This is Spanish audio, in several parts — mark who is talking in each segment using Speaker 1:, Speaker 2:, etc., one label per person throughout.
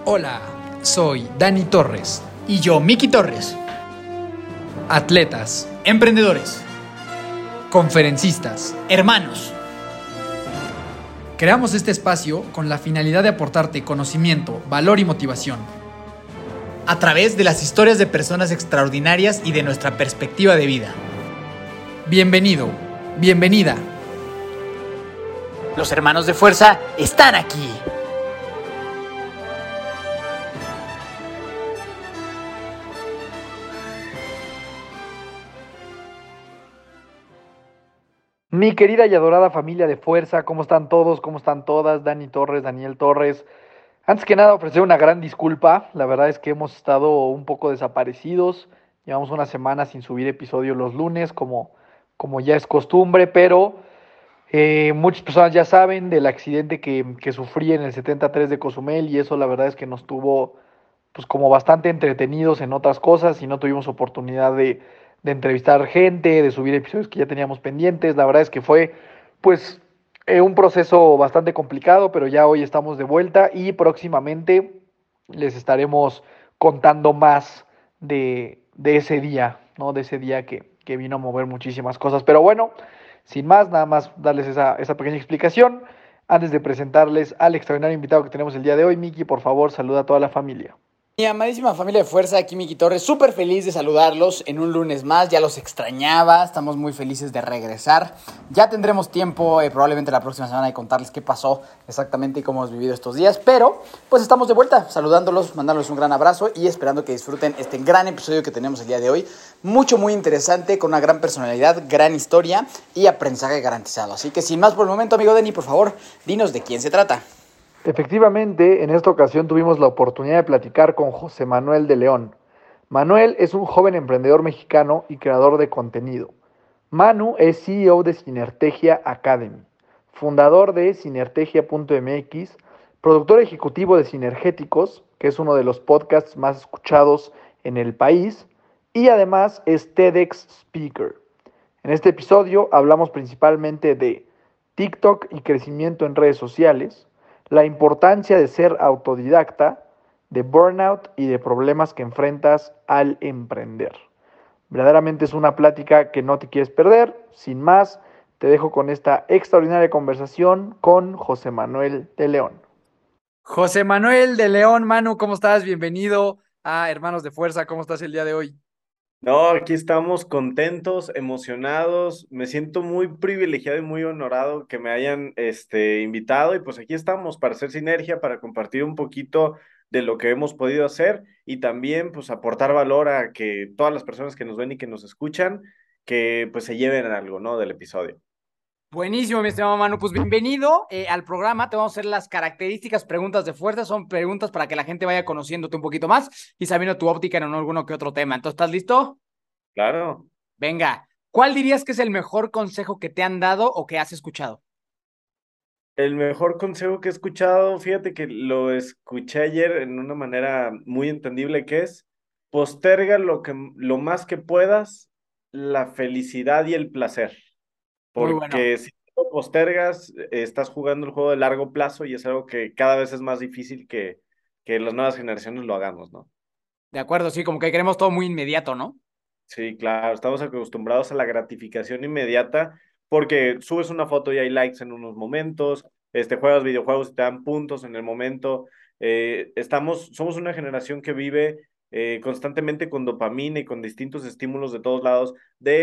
Speaker 1: Hola, soy Dani Torres.
Speaker 2: Y yo, Miki Torres.
Speaker 1: Atletas,
Speaker 2: Emprendedores,
Speaker 1: conferencistas.
Speaker 2: hermanos.
Speaker 1: Creamos este espacio con la finalidad de aportarte conocimiento, valor y motivación.
Speaker 2: A través de las historias de personas extraordinarias y de nuestra perspectiva de vida.
Speaker 1: Bienvenido, bienvenida.
Speaker 2: Los hermanos de fuerza están aquí.
Speaker 3: Mi querida y adorada familia de fuerza, ¿cómo están todos? ¿Cómo están todas? Dani Torres, Daniel Torres. Antes que nada, ofrecer una gran disculpa. La verdad es que hemos estado un poco desaparecidos. Llevamos una semana sin subir episodio los lunes, como ya es costumbre, pero muchas personas ya saben del accidente que sufrí en el 73 de Cozumel y eso la verdad es que nos tuvo pues como bastante entretenidos en otras cosas y no tuvimos oportunidad de entrevistar gente, de subir episodios que ya teníamos pendientes. La verdad es que fue pues un proceso bastante complicado, pero ya hoy estamos de vuelta y próximamente les estaremos contando más de ese día, ¿no? De ese día que vino a mover muchísimas cosas. Pero bueno, sin más, nada más darles esa pequeña explicación. Antes de presentarles al extraordinario invitado que tenemos el día de hoy, Miki, por favor, saluda a toda la familia.
Speaker 4: Mi amadísima familia de fuerza, aquí Miki Torres, súper feliz de saludarlos en un lunes más, ya los extrañaba, estamos muy felices de regresar, ya tendremos tiempo probablemente la próxima semana de contarles qué pasó exactamente y cómo hemos vivido estos días, pero pues estamos de vuelta saludándolos, mandándoles un gran abrazo y esperando que disfruten este gran episodio que tenemos el día de hoy, muy interesante, con una gran personalidad, gran historia y aprendizaje garantizado, así que sin más por el momento, amigo Denny, por favor, dinos de quién se trata.
Speaker 3: Efectivamente, en esta ocasión tuvimos la oportunidad de platicar con José Manuel de León. Manuel es un joven emprendedor mexicano y creador de contenido. Manu es CEO de Sinertegia Academy, fundador de sinertegia.mx, productor ejecutivo de Sinergéticos, que es uno de los podcasts más escuchados en el país, y además es TEDx Speaker. En este episodio hablamos principalmente de TikTok y crecimiento en redes sociales, la importancia de ser autodidacta, de burnout y de problemas que enfrentas al emprender. Verdaderamente es una plática que no te quieres perder. Sin más, te dejo con esta extraordinaria conversación con José Manuel de León.
Speaker 1: José Manuel de León, Manu, ¿cómo estás? Bienvenido a Hermanos de Fuerza. ¿Cómo estás el día de hoy?
Speaker 5: No, aquí estamos contentos, emocionados. Me siento muy privilegiado y muy honorado que me hayan invitado y pues aquí estamos para hacer sinergia, para compartir un poquito de lo que hemos podido hacer y también pues aportar valor a que todas las personas que nos ven y que nos escuchan, que pues se lleven algo, ¿no? Del episodio.
Speaker 4: Buenísimo, mi estimado Manu. Pues bienvenido al programa. Te vamos a hacer las características preguntas de fuerza. Son preguntas para que la gente vaya conociéndote un poquito más y sabiendo tu óptica en alguno que otro tema. Entonces, ¿estás listo?
Speaker 5: Claro.
Speaker 4: Venga. ¿Cuál dirías que es el mejor consejo que te han dado o que has escuchado?
Speaker 5: El mejor consejo que he escuchado, fíjate que lo escuché ayer en una manera muy entendible que es posterga lo más que puedas la felicidad y el placer.
Speaker 4: Muy bueno.
Speaker 5: Porque si lo postergas, estás jugando el juego de largo plazo y es algo que cada vez es más difícil que las nuevas generaciones lo hagamos, ¿no?
Speaker 4: De acuerdo, sí, como que queremos todo muy inmediato, ¿no?
Speaker 5: Sí, claro, estamos acostumbrados a la gratificación inmediata porque subes una foto y hay likes en unos momentos, juegas videojuegos y te dan puntos en el momento. Somos una generación que vive constantemente con dopamina y con distintos estímulos de todos lados,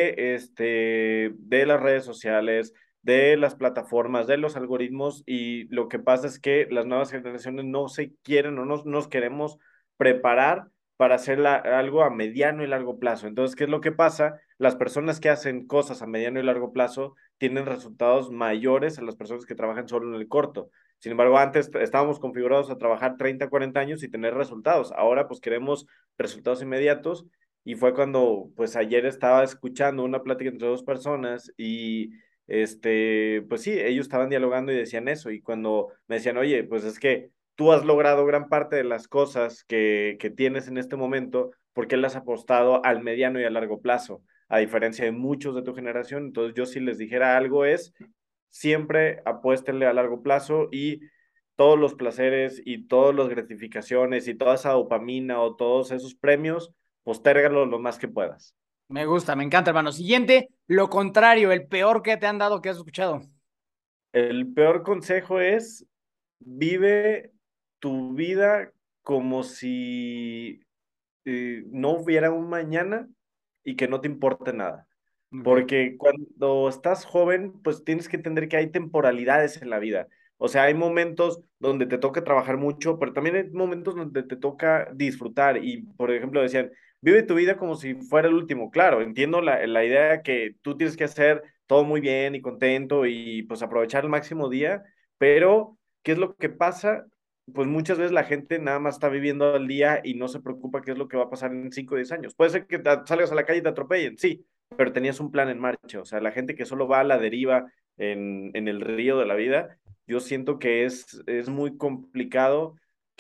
Speaker 5: de las redes sociales, de las plataformas, de los algoritmos, y lo que pasa es que las nuevas generaciones no se quieren o no nos queremos preparar para hacer algo a mediano y largo plazo. Entonces, ¿qué es lo que pasa? Las personas que hacen cosas a mediano y largo plazo tienen resultados mayores a las personas que trabajan solo en el corto. Sin embargo, antes estábamos configurados a trabajar 30, 40 años y tener resultados. Ahora pues queremos resultados inmediatos, y fue cuando pues ayer estaba escuchando una plática entre dos personas y pues sí, ellos estaban dialogando y decían eso, y cuando me decían, oye, pues es que tú has logrado gran parte de las cosas que tienes en este momento porque le has apostado al mediano y a largo plazo, a diferencia de muchos de tu generación. Entonces yo si les dijera algo es, siempre apuéstenle a largo plazo y todos los placeres y todas las gratificaciones y toda esa dopamina o todos esos premios, postérgalos lo más que puedas.
Speaker 4: Me gusta, me encanta, hermano. Siguiente, lo contrario, el peor que te han dado que has escuchado.
Speaker 5: El peor consejo es vive tu vida como si no hubiera un mañana y que no te importe nada.
Speaker 4: Ok.
Speaker 5: Porque cuando estás joven, pues tienes que entender que hay temporalidades en la vida. O sea, hay momentos donde te toca trabajar mucho, pero también hay momentos donde te toca disfrutar. Y, por ejemplo, decían, vive tu vida como si fuera el último. Claro, entiendo la idea que tú tienes que hacer todo muy bien y contento y pues aprovechar el máximo día, pero ¿qué es lo que pasa? Pues muchas veces la gente nada más está viviendo al día y no se preocupa qué es lo que va a pasar en 5 o 10 años. Puede ser que salgas a la calle y te atropellen, sí, pero tenías un plan en marcha. O sea, la gente que solo va a la deriva en el río de la vida, yo siento que es muy complicado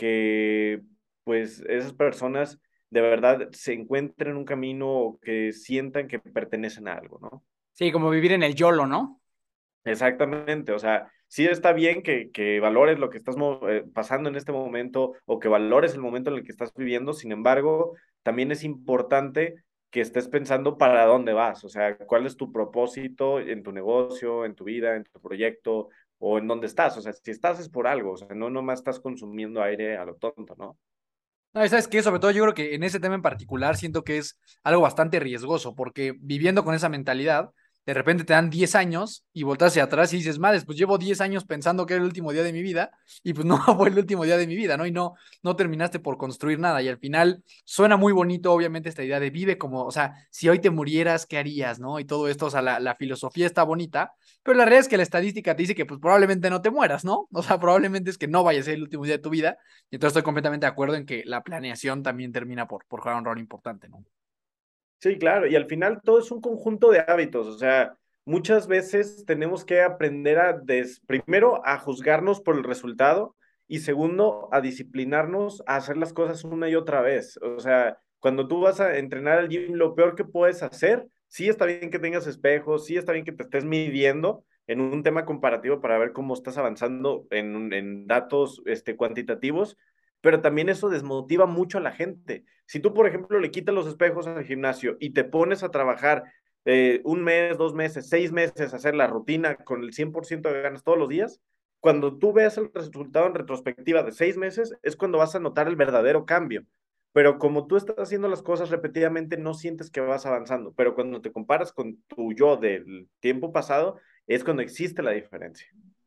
Speaker 5: que pues esas personas de verdad se encuentren un camino o que sientan que pertenecen a algo, ¿no?
Speaker 4: Sí, como vivir en el YOLO, ¿no?
Speaker 5: Exactamente, o sea, sí está bien que valores lo que estás pasando en este momento o que valores el momento en el que estás viviendo, sin embargo, también es importante que estés pensando para dónde vas, o sea, cuál es tu propósito en tu negocio, en tu vida, en tu proyecto o en dónde estás, o sea, si estás es por algo, o sea, no nomás estás consumiendo aire a lo tonto, ¿no?
Speaker 1: No, y sabes que sobre todo yo creo que en ese tema en particular siento que es algo bastante riesgoso, porque viviendo con esa mentalidad, de repente te dan 10 años y voltas hacia atrás y dices, madres, pues llevo 10 años pensando que era el último día de mi vida y pues no fue el último día de mi vida, ¿no? Y no terminaste por construir nada y al final suena muy bonito, obviamente, esta idea de vive como, o sea, si hoy te murieras, ¿qué harías, no? Y todo esto, o sea, la filosofía está bonita, pero la realidad es que la estadística te dice que pues probablemente no te mueras, ¿no? O sea, probablemente es que no vaya a ser el último día de tu vida y entonces estoy completamente de acuerdo en que la planeación también termina por jugar un rol importante, ¿no?
Speaker 5: Sí, claro, y al final todo es un conjunto de hábitos, o sea, muchas veces tenemos que aprender primero a juzgarnos por el resultado y segundo a disciplinarnos a hacer las cosas una y otra vez. O sea, cuando tú vas a entrenar al gym, lo peor que puedes hacer, sí está bien que tengas espejos, sí está bien que te estés midiendo en un tema comparativo para ver cómo estás avanzando en datos cuantitativos, pero también eso desmotiva mucho a la gente. Si tú, por ejemplo, le quitas los espejos al gimnasio y te pones a trabajar un mes, 2 meses, 6 meses, a hacer la rutina con el 100% de ganas todos los días, cuando tú veas el resultado en retrospectiva de 6 meses, es cuando vas a notar el verdadero cambio. Pero como tú estás haciendo las cosas repetidamente, no sientes que vas avanzando. Pero cuando te comparas con tu yo del tiempo pasado, es cuando existe la diferencia.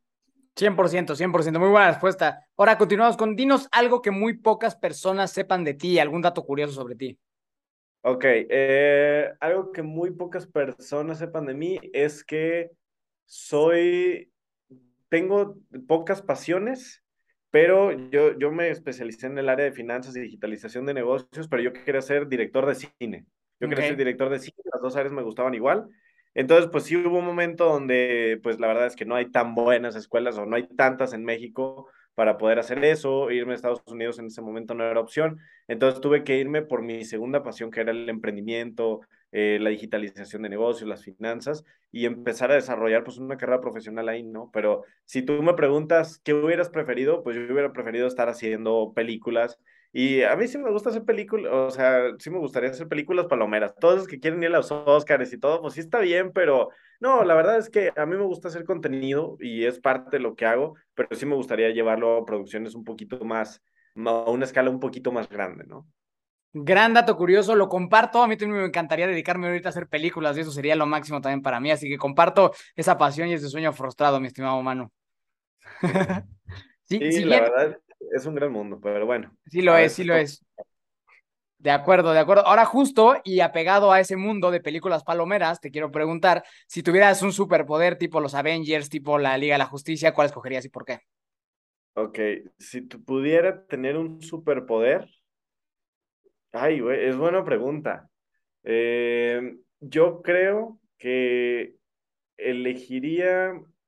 Speaker 4: 100%, 100%, muy buena respuesta. Ahora continuamos con, dinos algo que muy pocas personas sepan de ti, algún dato curioso sobre ti.
Speaker 5: Ok, algo que muy pocas personas sepan de mí es que soy, tengo pocas pasiones, pero yo me especialicé en el área de finanzas y digitalización de negocios, pero yo quería ser director de cine. Yo quería ser
Speaker 4: Ok.
Speaker 5: director de cine, las dos áreas me gustaban igual. Entonces, pues sí hubo un momento donde, pues la verdad es que no hay tan buenas escuelas o no hay tantas en México para poder hacer eso. Irme a Estados Unidos en ese momento no era opción. Entonces tuve que irme por mi segunda pasión, que era el emprendimiento, la digitalización de negocios, las finanzas y empezar a desarrollar pues una carrera profesional ahí, ¿no? Pero si tú me preguntas qué hubieras preferido, pues yo hubiera preferido estar haciendo películas y a mí sí me gusta hacer películas, o sea, sí me gustaría hacer películas palomeras. Todos los que quieren ir a los Oscars y todo, pues sí está bien, pero no, la verdad es que a mí me gusta hacer contenido y es parte de lo que hago, pero sí me gustaría llevarlo a producciones un poquito más, a una escala un poquito más grande, ¿no?
Speaker 4: Gran dato curioso, lo comparto. A mí también me encantaría dedicarme ahorita a hacer películas y eso sería lo máximo también para mí. Así que comparto esa pasión y ese sueño frustrado, mi estimado mano. Sí,
Speaker 5: Sí, la
Speaker 4: siguiente.
Speaker 5: verdad es un gran mundo, pero bueno,
Speaker 4: Sí lo
Speaker 5: a
Speaker 4: es, sí
Speaker 5: veces
Speaker 4: lo
Speaker 5: toca.
Speaker 4: es. De acuerdo, de acuerdo. Ahora justo y apegado a ese mundo de películas palomeras, te quiero preguntar, si tuvieras un superpoder tipo los Avengers, tipo la Liga de la Justicia, ¿cuál escogerías y por qué?
Speaker 5: Ok, si tú pudiera tener un superpoder, ay, güey, es buena pregunta. Yo creo que elegiría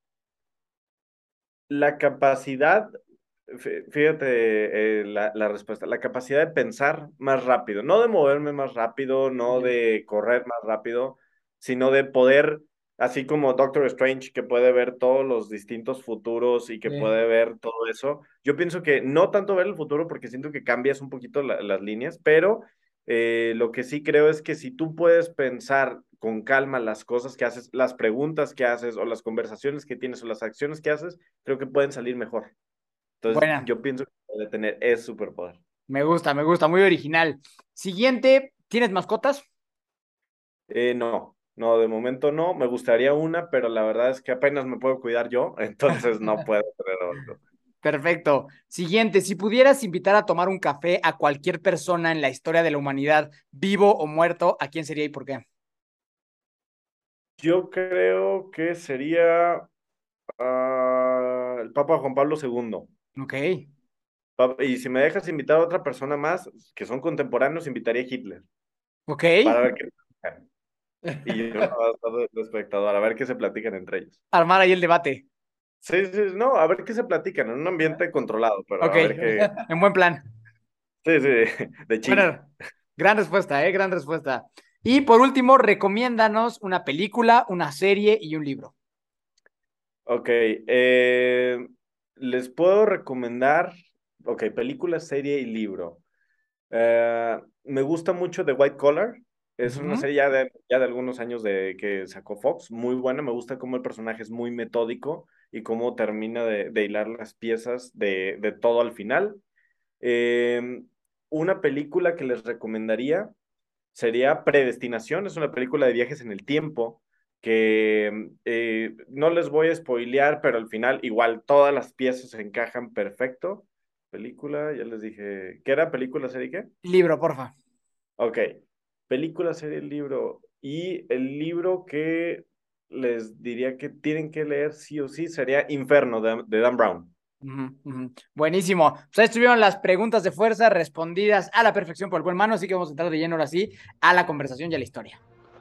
Speaker 5: la capacidad, fíjate la respuesta, la capacidad de pensar más rápido, no de moverme más rápido, no
Speaker 4: Ya.
Speaker 5: de correr más rápido, sino de poder así como Doctor Strange, que puede ver todos los distintos futuros y que
Speaker 4: Sí.
Speaker 5: puede ver todo eso. Yo pienso que no tanto ver el futuro, porque siento que cambias un poquito las líneas, pero lo que sí creo es que si tú puedes pensar con calma las cosas que haces, las preguntas que haces, o las conversaciones que tienes, o las acciones que haces, creo que pueden salir mejor. Entonces,
Speaker 4: Buena,
Speaker 5: yo pienso que puede tener ese superpoder.
Speaker 4: me gusta, muy original. Siguiente, ¿tienes mascotas?
Speaker 5: No, no, de momento no. Me gustaría una, pero la verdad es que apenas me puedo cuidar yo, entonces no puedo tener otro.
Speaker 4: Perfecto. Siguiente, si pudieras invitar a tomar un café a cualquier persona en la historia de la humanidad, vivo o muerto, ¿a quién sería y por qué?
Speaker 5: Yo creo que sería el Papa Juan Pablo II.
Speaker 4: Ok,
Speaker 5: Y si me dejas invitar a otra persona más, que son contemporáneos, invitaría a Hitler,
Speaker 4: ok.
Speaker 5: para ver qué platican. Y yo nada más estar de espectador, a ver qué se platican entre ellos.
Speaker 4: Armar ahí el debate.
Speaker 5: Sí, sí, no, a ver qué se platican en un ambiente controlado, pero
Speaker 4: Ok,
Speaker 5: a ver qué.
Speaker 4: en buen plan.
Speaker 5: Sí, sí, de chill.
Speaker 4: Bueno, gran respuesta, ¿eh? Gran respuesta. Y por último, recomiéndanos una película, una serie y un libro.
Speaker 5: Ok, les puedo recomendar, ok, película, serie y libro. Me gusta mucho The White Collar. Es una
Speaker 4: Ujú.
Speaker 5: serie ya de algunos años de que sacó Fox, muy buena. Me gusta cómo el personaje es muy metódico y cómo termina de hilar las piezas de todo al final. Eh, una película que les recomendaría sería Predestinación. Es una película de viajes en el tiempo que no les voy a spoilear, pero al final igual todas las piezas se encajan perfecto. Película, ya les dije, ¿qué era? ¿Película, serie qué?
Speaker 4: Libro, porfa.
Speaker 5: Ok, película, serie, libro. Y el libro que les diría que tienen que leer sí o sí sería Inferno de Dan Brown.
Speaker 4: Ujú, ujú. Buenísimo. Pues ahí estuvieron las preguntas de fuerza respondidas a la perfección por el buen mano, así que vamos a entrar de lleno ahora sí a la conversación y a la historia.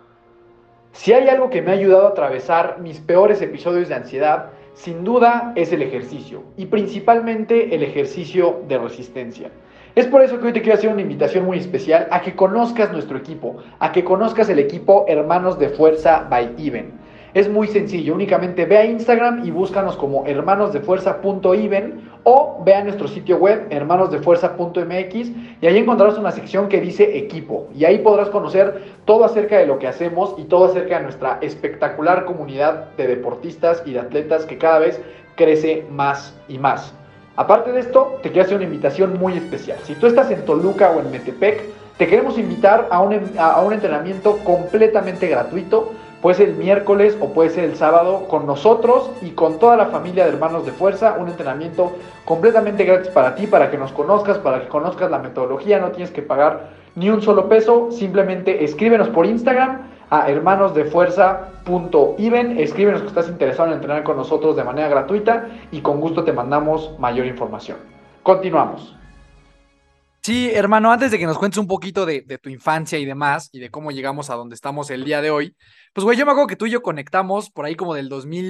Speaker 3: Si hay algo que me ha ayudado a atravesar mis peores episodios de ansiedad, sin duda es el ejercicio, y principalmente el ejercicio de resistencia. Es por eso que hoy te quiero hacer una invitación muy especial a que conozcas nuestro equipo, a que conozcas el equipo Hermanos de Fuerza by Even. Es muy sencillo, únicamente ve a Instagram y búscanos como hermanosdefuerza.even o ve a nuestro sitio web hermanosdefuerza.mx y ahí encontrarás una sección que dice equipo y ahí podrás conocer todo acerca de lo que hacemos y todo acerca de nuestra espectacular comunidad de deportistas y de atletas que cada vez crece más y más. Aparte de esto, te quiero hacer una invitación muy especial. Si tú estás en Toluca o en Metepec, te queremos invitar a un entrenamiento completamente gratuito. Puede ser el miércoles o puede ser el sábado con nosotros y con toda la familia de Hermanos de Fuerza. Un entrenamiento completamente gratis para ti, para que nos conozcas, para que conozcas la metodología. No tienes que pagar ni un solo peso. Simplemente escríbenos por Instagram a hermanosdefuerza.even. Escríbenos que estás interesado en entrenar con nosotros de manera gratuita y con gusto te mandamos mayor información. Continuamos.
Speaker 1: Sí, hermano, antes de que nos cuentes un poquito de tu infancia y demás, y de cómo llegamos a donde estamos el día de hoy, pues, güey, yo me acuerdo que tú y yo conectamos por ahí como del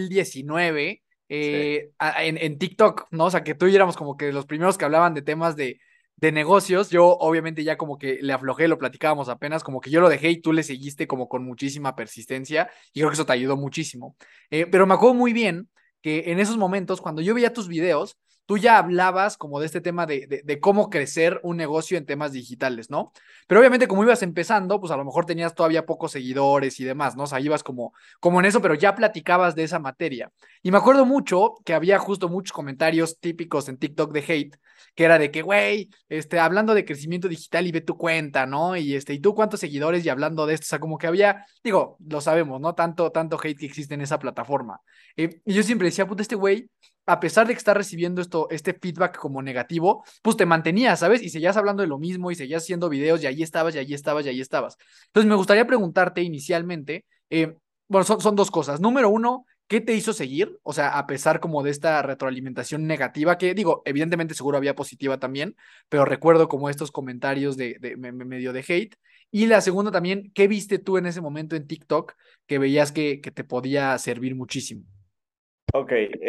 Speaker 1: 2019
Speaker 5: Sí.
Speaker 1: en TikTok, ¿no? O sea, que tú y yo éramos como que los primeros que hablaban de temas de negocios. Yo, obviamente, ya como que le aflojé, lo platicábamos apenas, como que yo lo dejé y tú le seguiste como con muchísima persistencia, y creo que eso te ayudó muchísimo. Pero me acuerdo muy bien que en esos momentos, cuando yo veía tus videos, tú ya hablabas como de este tema de cómo crecer un negocio en temas digitales, ¿no? Pero obviamente como ibas empezando, pues a lo mejor tenías todavía pocos seguidores y demás, ¿no? O sea, ibas como en eso, pero ya platicabas de esa materia. Y me acuerdo mucho que había justo muchos comentarios típicos en TikTok de hate, que era de que, güey, hablando de crecimiento digital y ve tu cuenta, ¿no? Y tú cuántos seguidores y hablando de esto, o sea, como que había, digo, lo sabemos, ¿no? Tanto hate que existe en esa plataforma. Y yo siempre decía, puta, este güey a pesar de que estás recibiendo este feedback como negativo, pues te mantenías, ¿sabes? Y seguías hablando de lo mismo y seguías haciendo videos y ahí estabas, y ahí estabas, y ahí estabas. Entonces me gustaría preguntarte inicialmente, bueno, son dos cosas. Número uno, ¿qué te hizo seguir? O sea, a pesar como de esta retroalimentación negativa, que digo, evidentemente seguro había positiva también, pero recuerdo como estos comentarios medio de hate. Y la segunda también, ¿qué viste tú en ese momento en TikTok que veías que te podía servir muchísimo?
Speaker 5: Ok,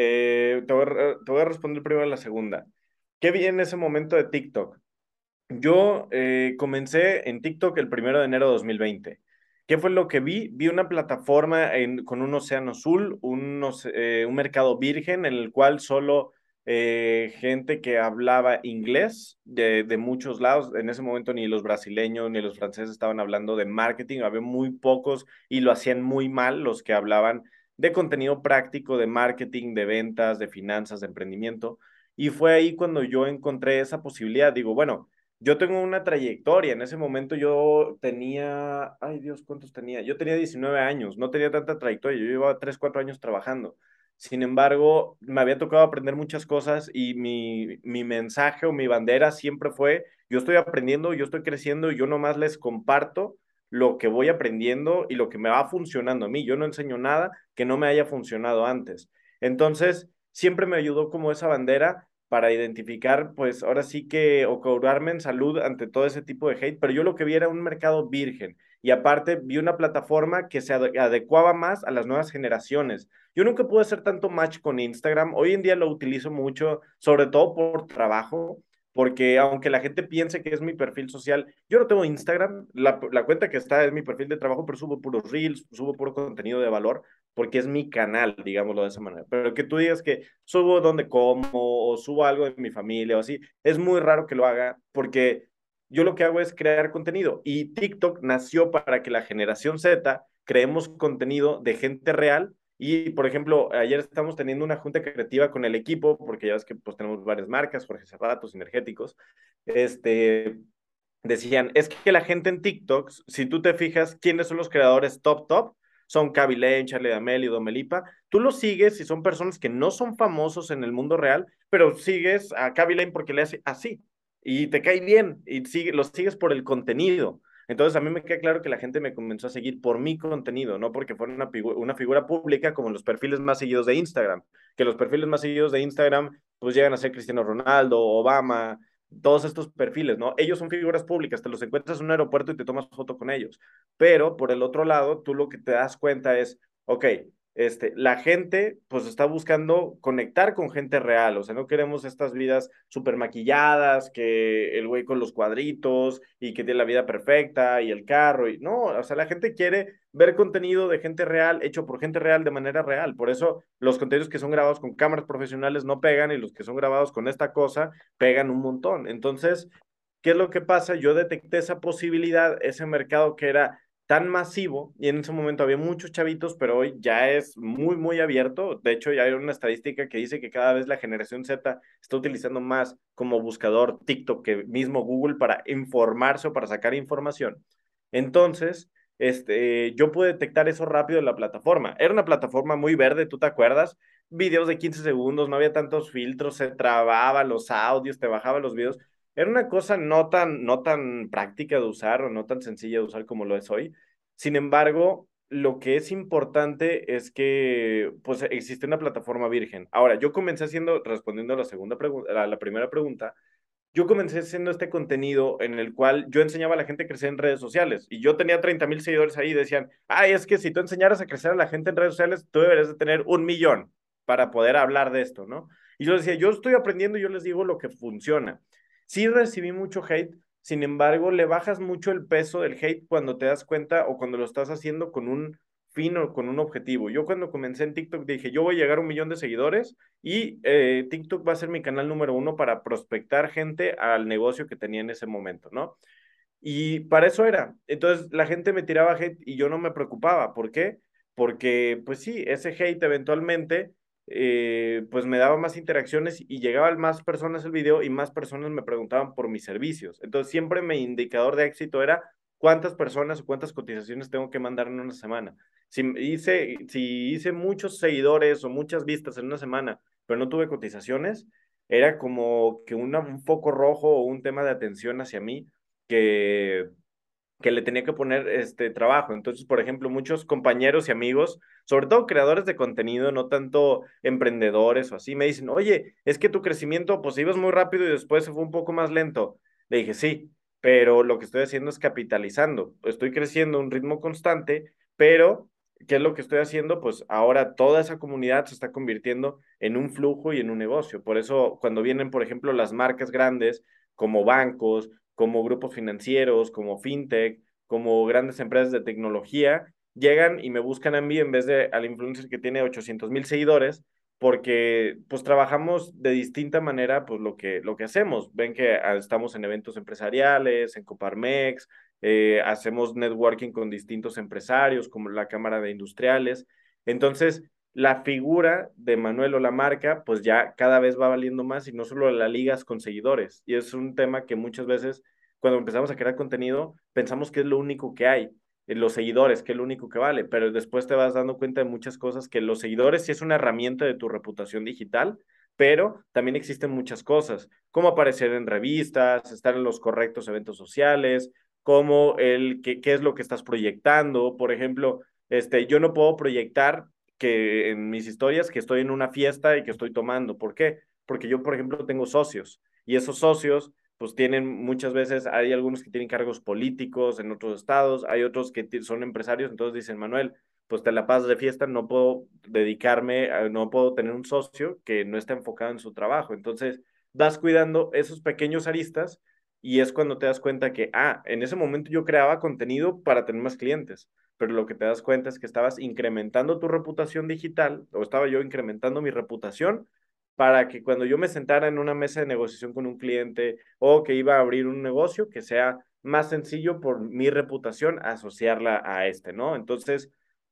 Speaker 5: te voy a responder primero la segunda. ¿Qué vi en ese momento de TikTok? Yo comencé en TikTok el 1 de enero de 2020. ¿Qué fue lo que vi? Vi una plataforma con un océano azul, un mercado virgen en el cual solo gente que hablaba inglés de muchos lados, en ese momento ni los brasileños ni los franceses estaban hablando de marketing, había muy pocos y lo hacían muy mal los que hablaban de contenido práctico, de marketing, de ventas, de finanzas, de emprendimiento. Y fue ahí cuando yo encontré esa posibilidad. Digo, bueno, yo tengo una trayectoria. En ese momento yo tenía, ay Dios, ¿cuántos tenía? Yo tenía 19 años, no tenía tanta trayectoria, yo llevaba 3 4 años trabajando. Sin embargo, me había tocado aprender muchas cosas y mi mensaje o mi bandera siempre fue, yo estoy aprendiendo, yo estoy creciendo y yo nomás les comparto lo que voy aprendiendo y lo que me va funcionando a mí. Yo no enseño nada que no me haya funcionado antes. Entonces, siempre me ayudó como esa bandera para identificar, pues ahora sí que, o cobrarme en salud ante todo ese tipo de hate, pero yo lo que vi era un mercado virgen y aparte vi una plataforma que se adecuaba más a las nuevas generaciones. Yo nunca pude hacer tanto match con Instagram, hoy en día lo utilizo mucho, sobre todo por trabajo, porque aunque la gente piense que es mi perfil social, yo no tengo Instagram, la cuenta que está es mi perfil de trabajo, pero subo puros reels, subo puro contenido de valor, porque es mi canal, digámoslo de esa manera. Pero que tú digas que subo donde como o subo algo de mi familia o así, es muy raro que lo haga porque yo lo que hago es crear contenido y TikTok nació para que la generación Z creemos contenido de gente real y, por ejemplo, ayer estamos teniendo una junta creativa con el equipo, porque ya ves que pues tenemos varias marcas, Jorge Cerratos, energéticos, este, decían, es que la gente en TikTok, si tú te fijas, ¿quiénes son los creadores top? Son Kaby Lane, Charlie D'Amelio, Domelipa. Tú los sigues y son personas que no son famosos en el mundo real, pero sigues a Kaby Lane porque le hace así y te cae bien y los sigues por el contenido. Entonces a mí me queda claro que la gente me comenzó a seguir por mi contenido, no porque fuera una figura pública como los perfiles más seguidos de Instagram, que los perfiles más seguidos de Instagram pues llegan a ser Cristiano Ronaldo, Obama, todos estos perfiles, ¿no? Ellos son figuras públicas, te los encuentras en un aeropuerto y te tomas foto con ellos. Pero por el otro lado, tú lo que te das cuenta es, ok, la gente pues está buscando conectar con gente real, o sea, no queremos estas vidas súper maquilladas, que el güey con los cuadritos y que tiene la vida perfecta y el carro, y no, o sea, la gente quiere ver contenido de gente real, hecho por gente real de manera real, por eso los contenidos que son grabados con cámaras profesionales no pegan y los que son grabados con esta cosa pegan un montón. Entonces, ¿qué es lo que pasa? Yo detecté esa posibilidad, ese mercado que era tan masivo y en ese momento había muchos chavitos, pero hoy ya es muy, muy abierto. De hecho, ya hay una estadística que dice que cada vez la generación Z está utilizando más como buscador TikTok que mismo Google para informarse o para sacar información. Entonces, yo pude detectar eso rápido en la plataforma. Era una plataforma muy verde, ¿tú te acuerdas? Videos de 15 segundos, no había tantos filtros, se trababan los audios, te bajaban los videos. Era una cosa no tan práctica de usar o no tan sencilla de usar como lo es hoy. Sin embargo, lo que es importante es que pues existe una plataforma virgen. Ahora, yo comencé respondiendo a la segunda pregunta, a la primera pregunta, yo comencé haciendo este contenido en el cual yo enseñaba a la gente a crecer en redes sociales y yo tenía 30,000 seguidores ahí y decían, ay, es que si tú enseñaras a crecer a la gente en redes sociales, tú deberías de tener 1,000,000 para poder hablar de esto, ¿no? Y yo decía, yo estoy aprendiendo y yo les digo lo que funciona. Sí recibí mucho hate, sin embargo, le bajas mucho el peso del hate cuando te das cuenta o cuando lo estás haciendo con un fin o con un objetivo. Yo cuando comencé en TikTok dije, yo voy a llegar a 1,000,000 de seguidores y TikTok va a ser mi canal número uno para prospectar gente al negocio que tenía en ese momento, ¿no? Y para eso era. Entonces la gente me tiraba hate y yo no me preocupaba. ¿Por qué? Porque, pues sí, ese hate eventualmente, pues me daba más interacciones y llegaban más personas el video y más personas me preguntaban por mis servicios. Entonces siempre mi indicador de éxito era cuántas personas o cuántas cotizaciones tengo que mandar en una semana. Si hice muchos seguidores o muchas vistas en una semana, pero no tuve cotizaciones, era como que un foco rojo o un tema de atención hacia mí que, que le tenía que poner este trabajo. Entonces, por ejemplo, muchos compañeros y amigos, sobre todo creadores de contenido, no tanto emprendedores o así, me dicen, oye, es que tu crecimiento, pues ibas muy rápido y después se fue un poco más lento. Le dije, sí, pero lo que estoy haciendo es capitalizando. Estoy creciendo a un ritmo constante, pero ¿qué es lo que estoy haciendo? Pues ahora toda esa comunidad se está convirtiendo en un flujo y en un negocio. Por eso, cuando vienen, por ejemplo, las marcas grandes como bancos, como grupos financieros, como fintech, como grandes empresas de tecnología, llegan y me buscan a mí en vez de al influencer que tiene 800,000 seguidores, porque pues trabajamos de distinta manera pues lo que hacemos. Ven que estamos en eventos empresariales, en Coparmex, hacemos networking con distintos empresarios como la Cámara de Industriales. Entonces, la figura de Manuel o la marca pues ya cada vez va valiendo más y no solo la ligas con seguidores. Y es un tema que muchas veces cuando empezamos a crear contenido pensamos que es lo único que hay los seguidores, que es lo único que vale, pero después te vas dando cuenta de muchas cosas, que los seguidores sí es una herramienta de tu reputación digital, pero también existen muchas cosas, como aparecer en revistas, estar en los correctos eventos sociales, como qué es lo que estás proyectando. Por ejemplo, yo no puedo proyectar que en mis historias que estoy en una fiesta y que estoy tomando. ¿Por qué? Porque yo, por ejemplo, tengo socios y esos socios pues tienen muchas veces, hay algunos que tienen cargos políticos en otros estados, hay otros que son empresarios, entonces dicen, Manuel, pues te la pasas de fiesta, no puedo dedicarme, no puedo tener un socio que no está enfocado en su trabajo. Entonces, vas cuidando esos pequeños aristas y es cuando te das cuenta que, en ese momento yo creaba contenido para tener más clientes, pero lo que te das cuenta es que estabas incrementando tu reputación digital, o estaba yo incrementando mi reputación para que cuando yo me sentara en una mesa de negociación con un cliente o que iba a abrir un negocio, que sea más sencillo por mi reputación asociarla a ¿no? Entonces,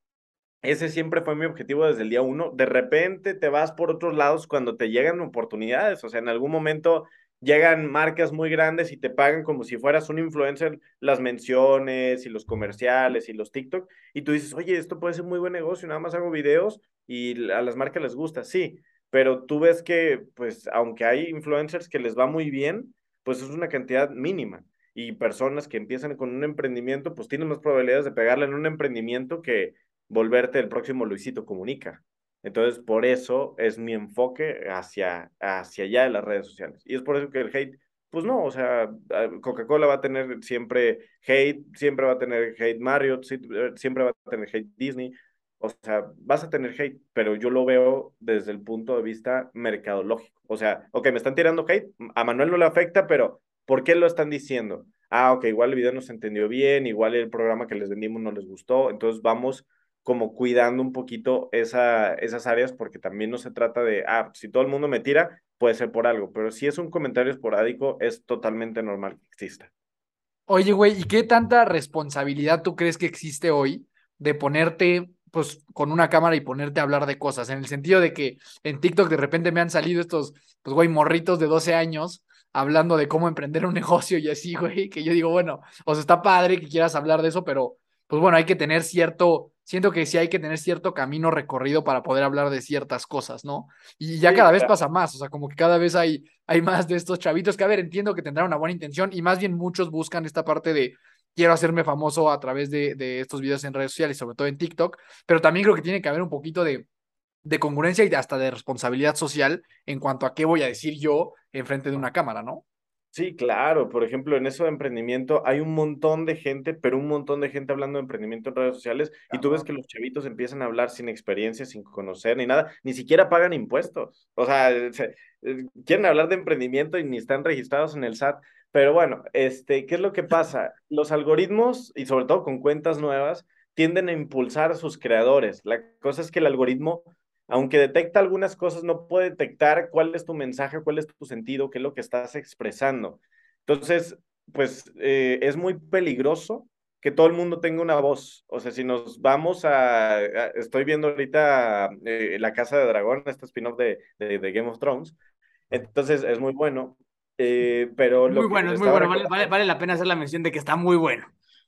Speaker 5: ese siempre fue mi objetivo desde el día uno. De repente te vas por otros lados cuando te llegan oportunidades, o sea, en algún momento llegan marcas muy grandes y te pagan como si fueras un influencer las menciones y los comerciales y los TikTok, y tú dices, oye, esto puede ser muy buen negocio, nada más hago videos y a las marcas les gusta, sí, pero tú ves que, pues, aunque hay influencers que les va muy bien, pues es una cantidad mínima. Y personas que empiezan con un emprendimiento, pues tienen más probabilidades de pegarle en un emprendimiento que volverte el próximo Luisito Comunica. Entonces, por eso es mi enfoque hacia allá de las redes sociales. Y es por eso que el hate, pues no, o sea, Coca-Cola va a tener siempre va a tener hate Marriott, siempre va a tener hate Disney. O sea, vas a tener hate, pero yo lo veo desde el punto de vista mercadológico. O sea, ok, me están tirando hate, a Manuel no le afecta, pero ¿por qué lo están diciendo? Ok, igual el video no se entendió bien, igual el programa que les vendimos no les gustó, entonces vamos como cuidando un poquito esas áreas, porque también no se trata de, si todo el mundo me tira, puede ser por algo, pero si es un comentario esporádico, es totalmente normal que exista.
Speaker 1: Oye, güey, ¿y qué tanta responsabilidad tú crees que existe hoy de ponerte, pues, con una cámara y ponerte a hablar de cosas? En el sentido de que en TikTok de repente me han salido estos, pues, güey, morritos de 12 años hablando de cómo emprender un negocio y así, güey, que yo digo, bueno, o sea, está padre que quieras hablar de eso, pero, pues, bueno, hay que tener siento que sí hay que tener cierto camino recorrido para poder hablar de ciertas cosas, ¿no? Y ya
Speaker 5: Sí,
Speaker 1: cada vez
Speaker 5: claro.
Speaker 1: pasa más, o sea, como que cada vez hay más de estos chavitos que, a ver, entiendo que tendrán una buena intención y más bien muchos buscan esta parte de quiero hacerme famoso a través de estos videos en redes sociales, sobre todo en TikTok, pero también creo que tiene que haber un poquito de congruencia y hasta de responsabilidad social en cuanto a qué voy a decir yo enfrente de una cámara, ¿no?
Speaker 5: Sí, claro. Por ejemplo, en eso de emprendimiento hay un montón de gente, pero un montón de gente hablando de emprendimiento en redes sociales y tú ves
Speaker 1: Cabrón.
Speaker 5: que los chavitos empiezan a hablar sin experiencia, sin conocer ni nada, ni siquiera pagan impuestos. O sea, quieren hablar de emprendimiento y ni están registrados en el SAT. Pero bueno, ¿qué es lo que pasa? Los algoritmos, y sobre todo con cuentas nuevas, tienden a impulsar a sus creadores. La cosa es que el algoritmo aunque detecta algunas cosas, no puede detectar cuál es tu mensaje, cuál es tu sentido, qué es lo que estás expresando. Entonces, pues es muy peligroso que todo el mundo tenga una voz. O sea, si nos vamos estoy viendo ahorita La Casa de Dragón, este spin-off de Game of Thrones, entonces es muy bueno, pero lo que
Speaker 4: Es muy
Speaker 5: estaba
Speaker 4: bueno.
Speaker 5: recordando,
Speaker 4: Vale la pena hacer la mención de que está muy bueno.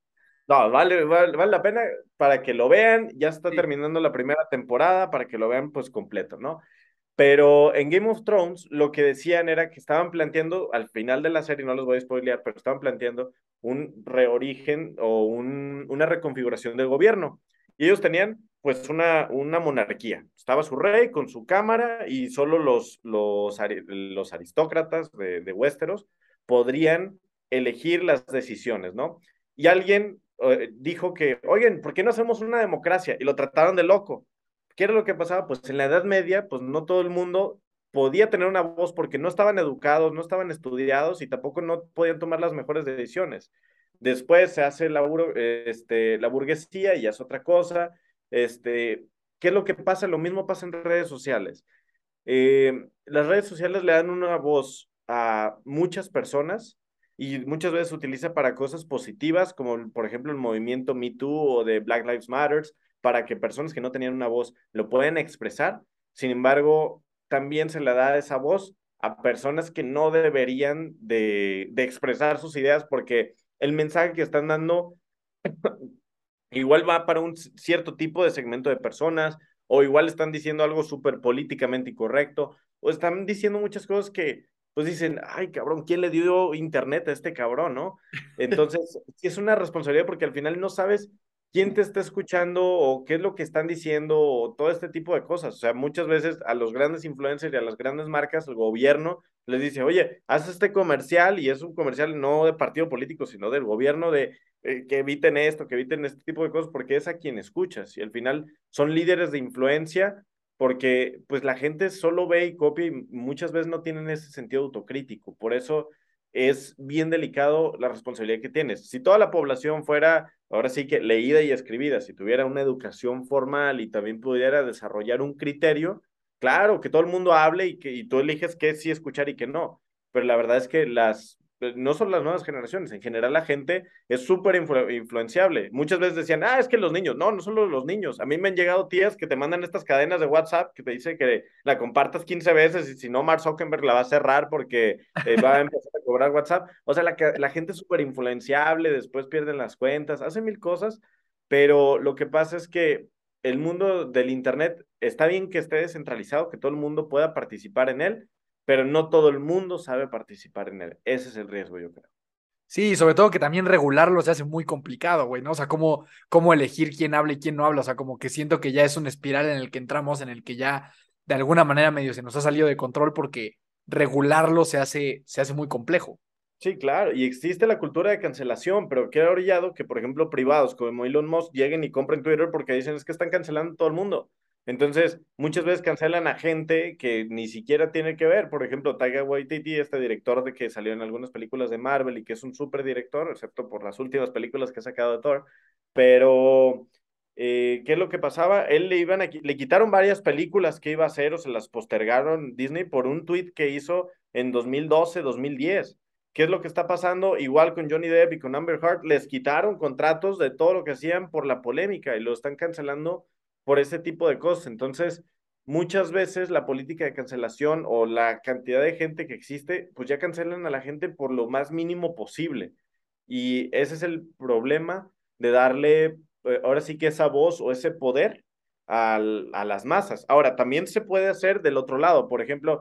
Speaker 5: no, vale la pena para que lo vean, ya está
Speaker 1: Sí.
Speaker 5: terminando la primera temporada, para que lo vean pues completo, ¿no? Pero en Game of Thrones lo que decían era que estaban planteando, al final de la serie, no los voy a spoilear, pero estaban planteando un reorigen o una reconfiguración del gobierno. Y ellos tenían pues una monarquía. Estaba su rey con su cámara y solo los aristócratas de Westeros podrían elegir las decisiones, ¿no? Y alguien dijo que, oigan, ¿por qué no hacemos una democracia? Y lo trataron de loco. ¿Qué era lo que pasaba? Pues en la Edad Media, pues no todo el mundo podía tener una voz porque no estaban educados, no estaban estudiados y tampoco no podían tomar las mejores decisiones. Después se hace la burguesía y ya es otra cosa. ¿Qué es lo que pasa? Lo mismo pasa en redes sociales. Las redes sociales le dan una voz a muchas personas y muchas veces se utiliza para cosas positivas, como por ejemplo el movimiento Me Too o de Black Lives Matter, para que personas que no tenían una voz lo puedan expresar. Sin embargo, también se le da esa voz a personas que no deberían de expresar sus ideas porque el mensaje que están dando igual va para un cierto tipo de segmento de personas, o igual están diciendo algo súper políticamente incorrecto, o están diciendo muchas cosas que, pues dicen, ay, cabrón, ¿quién le dio internet a este cabrón, no? Entonces, sí es una responsabilidad porque al final no sabes quién te está escuchando o qué es lo que están diciendo o todo este tipo de cosas. O sea, muchas veces a los grandes influencers y a las grandes marcas, el gobierno les dice, oye, haz este comercial y es un comercial no de partido político, sino del gobierno de que eviten esto, que eviten este tipo de cosas, porque es a quien escuchas y al final son líderes de influencia porque pues la gente solo ve y copia y muchas veces no tienen ese sentido autocrítico. Por eso es bien delicado la responsabilidad que tienes. Si toda la población fuera, ahora sí que leída y escribida, si tuviera una educación formal y también pudiera desarrollar un criterio, claro, que todo el mundo hable y tú eliges qué sí escuchar y qué no. Pero la verdad es que no son las nuevas generaciones, en general la gente es súper influenciable. Muchas veces decían, es que los niños, no, no solo los niños. A mí me han llegado tías que te mandan estas cadenas de WhatsApp que te dice que la compartas 15 veces y si no, Mark Zuckerberg la va a cerrar porque va a empezar a cobrar WhatsApp. O sea, la gente es súper influenciable, después pierden las cuentas, hacen mil cosas, pero lo que pasa es que el mundo del Internet está bien que esté descentralizado, que todo el mundo pueda participar en él, pero no todo el mundo sabe participar en él. Ese es el riesgo, yo creo.
Speaker 1: Sí, sobre todo que también regularlo se hace muy complicado, güey, ¿no? O sea, cómo elegir quién habla y quién no habla. O sea, como que siento que ya es una espiral en el que entramos, en el que ya de alguna manera medio se nos ha salido de control porque regularlo se hace muy complejo.
Speaker 5: Sí, claro, y existe la cultura de cancelación, pero queda orillado que, por ejemplo, privados como Elon Musk lleguen y compren Twitter porque dicen es que están cancelando a todo el mundo. Entonces, muchas veces cancelan a gente que ni siquiera tiene que ver. Por ejemplo, Taika Waititi, este director de que salió en algunas películas de Marvel y que es un súper director, excepto por las últimas películas que ha sacado de Thor. Pero, ¿qué es lo que pasaba? Él le quitaron varias películas que iba a hacer o se las postergaron Disney por un tweet que hizo en 2012, 2010. ¿Qué es lo que está pasando? Igual con Johnny Depp y con Amber Heard, les quitaron contratos de todo lo que hacían por la polémica y lo están cancelando por ese tipo de cosas. Entonces, muchas veces la política de cancelación o la cantidad de gente que existe, pues ya cancelan a la gente por lo más mínimo posible. Y ese es el problema de darle, ahora sí que esa voz o ese poder a las masas. Ahora, también se puede hacer del otro lado. Por ejemplo,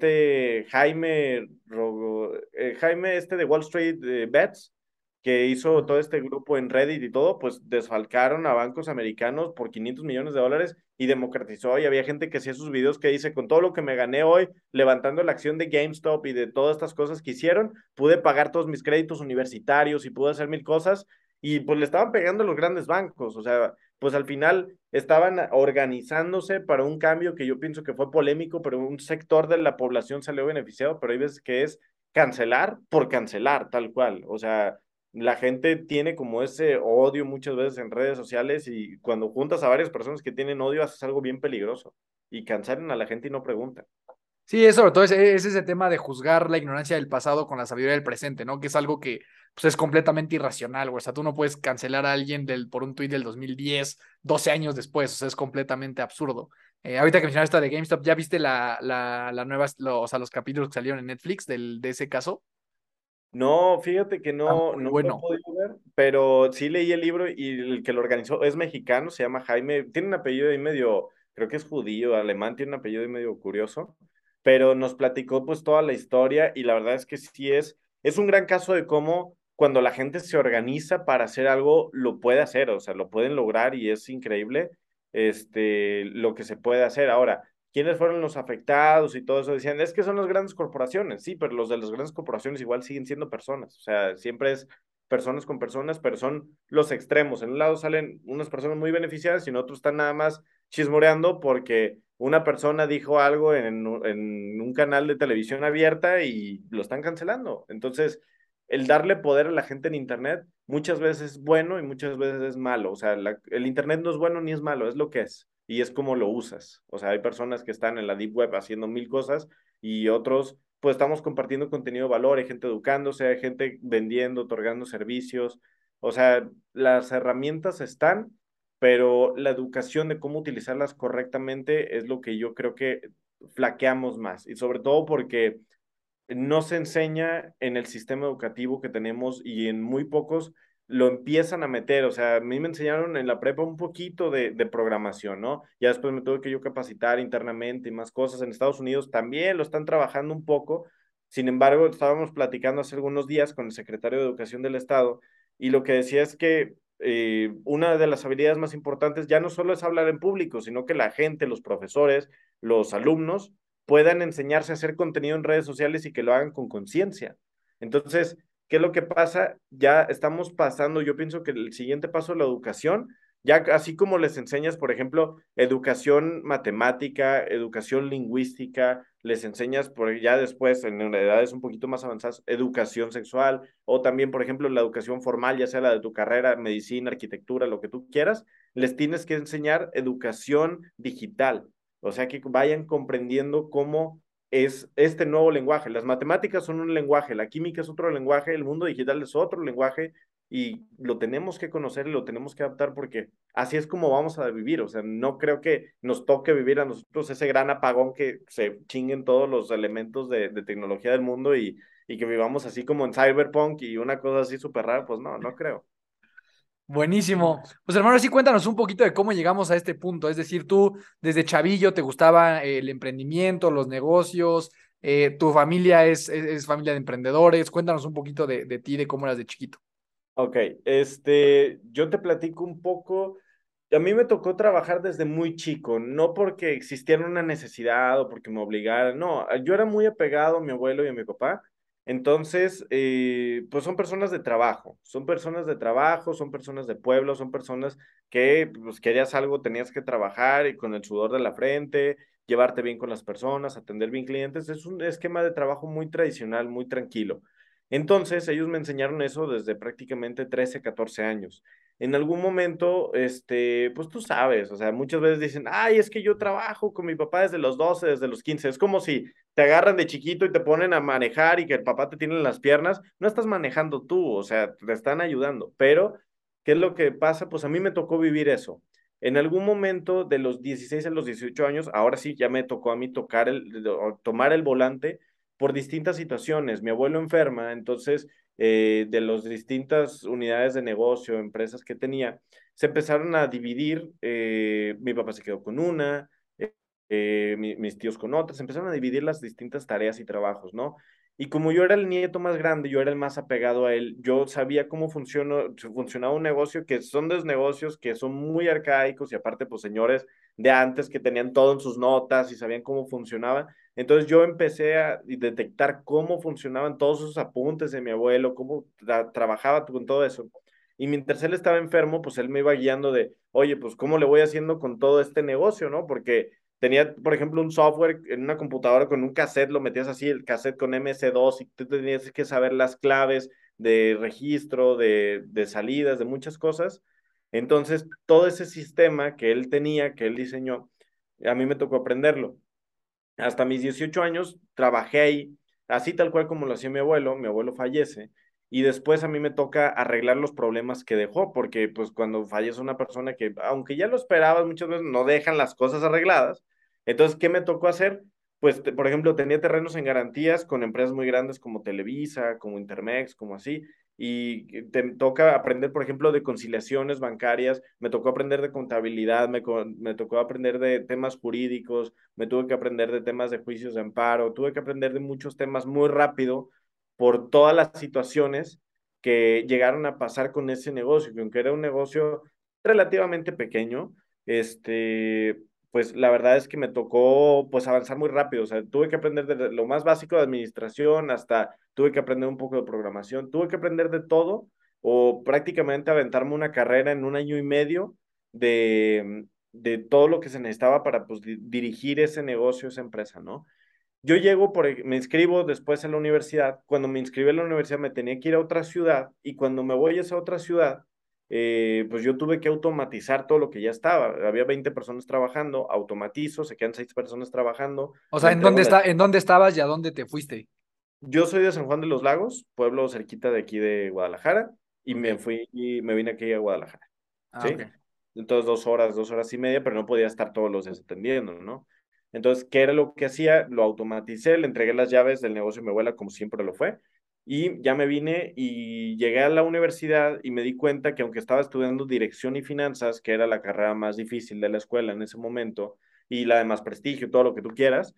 Speaker 5: Jaime este de Wall Street Bets, que hizo todo este grupo en Reddit y todo, pues desfalcaron a bancos americanos por 500 millones de dólares y democratizó. Y había gente que hacía sus videos que dice, con todo lo que me gané hoy, levantando la acción de GameStop y de todas estas cosas que hicieron, pude pagar todos mis créditos universitarios y pude hacer mil cosas. Y pues le estaban pegando a los grandes bancos. O sea, pues al final estaban organizándose para un cambio que yo pienso que fue polémico, pero un sector de la población salió beneficiado, pero hay veces que es cancelar por cancelar, tal cual. O sea, la gente tiene como ese odio muchas veces en redes sociales y cuando juntas a varias personas que tienen odio haces algo bien peligroso y cancelan a la gente y no preguntan.
Speaker 1: Sí, es sobre todo es ese tema de juzgar la ignorancia del pasado con la sabiduría del presente, ¿no? Que es algo que pues, es completamente irracional, güey. O sea, tú no puedes cancelar a alguien por un tuit del 2010, 12 años después. O sea, es completamente absurdo. Ahorita que mencionaste esta de GameStop, ¿ya viste la nueva, o sea, los capítulos que salieron en Netflix de ese caso?
Speaker 5: No, fíjate que
Speaker 1: Está
Speaker 5: no,
Speaker 1: muy
Speaker 5: no lo he
Speaker 1: bueno.
Speaker 5: podido ver, pero sí leí el libro y el que lo organizó es mexicano, se llama Jaime, tiene un apellido ahí medio, creo que es judío, alemán, tiene un apellido ahí medio curioso, pero nos platicó pues toda la historia y la verdad es que sí es un gran caso de cómo cuando la gente se organiza para hacer algo, lo puede hacer, o sea, lo pueden lograr y es increíble lo que se puede hacer. Ahora, quiénes fueron los afectados y todo eso, decían, es que son las grandes corporaciones, sí, pero los de las grandes corporaciones igual siguen siendo personas, o sea, siempre es personas con personas, pero son los extremos. En un lado salen unas personas muy beneficiadas y en otro están nada más chismoreando porque una persona dijo algo en un canal de televisión abierta y lo están cancelando. Entonces, el darle poder a la gente en Internet muchas veces es bueno y muchas veces es malo. O sea, el Internet no es bueno ni es malo, es lo que es. Y es como lo usas. O sea, hay personas que están en la Deep Web haciendo mil cosas y otros, pues estamos compartiendo contenido de valor, hay gente educándose, hay gente vendiendo, otorgando servicios. O sea, las herramientas están, pero la educación de cómo utilizarlas correctamente es lo que yo creo que flaqueamos más. Y sobre todo porque no se enseña en el sistema educativo que tenemos y en muy pocos lo empiezan a meter. O sea, a mí me enseñaron en la prepa un poquito de programación, ¿no? Ya después me tuve que yo capacitar internamente y más cosas. En Estados Unidos también lo están trabajando un poco. Sin embargo, estábamos platicando hace algunos días con el secretario de Educación del Estado y lo que decía es que una de las habilidades más importantes ya no solo es hablar en público, sino que la gente, los profesores, los alumnos puedan enseñarse a hacer contenido en redes sociales y que lo hagan con conciencia. Entonces, ¿qué es lo que pasa? Ya estamos pasando, yo pienso que el siguiente paso es la educación, ya así como les enseñas, por ejemplo, educación matemática, educación lingüística, les enseñas por ya después, en edades un poquito más avanzadas, educación sexual, o también, por ejemplo, la educación formal, ya sea la de tu carrera, medicina, arquitectura, lo que tú quieras, les tienes que enseñar educación digital. O sea, que vayan comprendiendo cómo es este nuevo lenguaje. Las matemáticas son un lenguaje, la química es otro lenguaje, el mundo digital es otro lenguaje y lo tenemos que conocer y lo tenemos que adaptar porque así es como vamos a vivir. O sea, no creo que nos toque vivir a nosotros ese gran apagón que se chinguen todos los elementos de tecnología del mundo y que vivamos así como en Cyberpunk y una cosa así súper rara. Pues no, no creo.
Speaker 1: Buenísimo. Pues hermano, sí cuéntanos un poquito de cómo llegamos a este punto. Es decir, tú desde chavillo te gustaba el emprendimiento, los negocios, tu familia es familia de emprendedores. Cuéntanos un poquito de ti, de cómo eras de chiquito.
Speaker 5: Ok, yo te platico un poco. A mí me tocó trabajar desde muy chico, no porque existiera una necesidad o porque me obligaran, no, yo era muy apegado a mi abuelo y a mi papá, entonces, pues son personas de trabajo, son personas de trabajo, son personas de pueblo, son personas que, pues, querías algo, tenías que trabajar y con el sudor de la frente, llevarte bien con las personas, atender bien clientes, es un esquema de trabajo muy tradicional, muy tranquilo. Entonces, ellos me enseñaron eso desde prácticamente 13, 14 años. En algún momento, pues tú sabes, o sea, muchas veces dicen, ay, es que yo trabajo con mi papá desde los 12, desde los 15. Es como si te agarran de chiquito y te ponen a manejar y que el papá te tiene en las piernas. No estás manejando tú, o sea, te están ayudando. Pero, ¿qué es lo que pasa? Pues a mí me tocó vivir eso. En algún momento de los 16 a los 18 años, ahora sí ya me tocó a mí tomar el volante por distintas situaciones. Mi abuelo enferma, entonces de las distintas unidades de negocio, empresas que tenía, se empezaron a dividir. Mi papá se quedó con una, mis tíos con otras, se empezaron a dividir las distintas tareas y trabajos, ¿no? Y como yo era el nieto más grande, yo era el más apegado a él, yo sabía cómo funcionaba un negocio, que son dos negocios que son muy arcaicos y aparte, pues señores de antes que tenían todo en sus notas y sabían cómo funcionaba. Entonces yo empecé a detectar cómo funcionaban todos esos apuntes de mi abuelo, cómo trabajaba con todo eso. Y mientras él estaba enfermo, pues él me iba guiando de, oye, pues cómo le voy haciendo con todo este negocio, ¿no? Porque tenía, por ejemplo, un software en una computadora con un cassette, lo metías así, el cassette con MS2 y tú tenías que saber las claves de registro, de salidas, de muchas cosas. Entonces, todo ese sistema que él tenía, que él diseñó, a mí me tocó aprenderlo. Hasta mis 18 años trabajé ahí, así tal cual como lo hacía mi abuelo fallece, y después a mí me toca arreglar los problemas que dejó, porque pues cuando fallece una persona que, aunque ya lo esperabas, muchas veces no dejan las cosas arregladas. Entonces, ¿qué me tocó hacer? Pues, por ejemplo, tenía terrenos en garantías con empresas muy grandes como Televisa, como Intermex, como así, y te toca aprender, por ejemplo, de conciliaciones bancarias, me tocó aprender de contabilidad, me tocó aprender de temas jurídicos, me tuve que aprender de temas de juicios de amparo, tuve que aprender de muchos temas muy rápido por todas las situaciones que llegaron a pasar con ese negocio, que aunque era un negocio relativamente pequeño, pues la verdad es que me tocó pues avanzar muy rápido, o sea, tuve que aprender de lo más básico de administración hasta tuve que aprender un poco de programación, tuve que aprender de todo o prácticamente aventarme una carrera en un año y medio de todo lo que se necesitaba para pues dirigir ese negocio, esa empresa, ¿no? Yo llego, me inscribo después en la universidad. Cuando me inscribí en la universidad me tenía que ir a otra ciudad y cuando me voy a esa otra ciudad, pues yo tuve que automatizar todo lo que ya estaba. Había 20 personas trabajando, automatizo, se quedan 6 personas trabajando,
Speaker 1: O
Speaker 5: le
Speaker 1: sea,
Speaker 5: entrego la...
Speaker 1: en dónde estabas y a dónde te fuiste?
Speaker 5: Yo soy de San Juan de los Lagos, pueblo cerquita de aquí de Guadalajara, y
Speaker 1: Ok.
Speaker 5: me fui y me vine aquí a Guadalajara,
Speaker 1: Ah,
Speaker 5: ¿sí?
Speaker 1: ok.
Speaker 5: Entonces 2 horas y media, pero no podía estar todos los días atendiendo, ¿no? Entonces, ¿qué era lo que hacía? Lo automaticé, le entregué las llaves del negocio a mi abuela, como siempre lo fue, y ya me vine y llegué a la universidad y me di cuenta que aunque estaba estudiando dirección y finanzas, que era la carrera más difícil de la escuela en ese momento, y la de más prestigio, todo lo que tú quieras,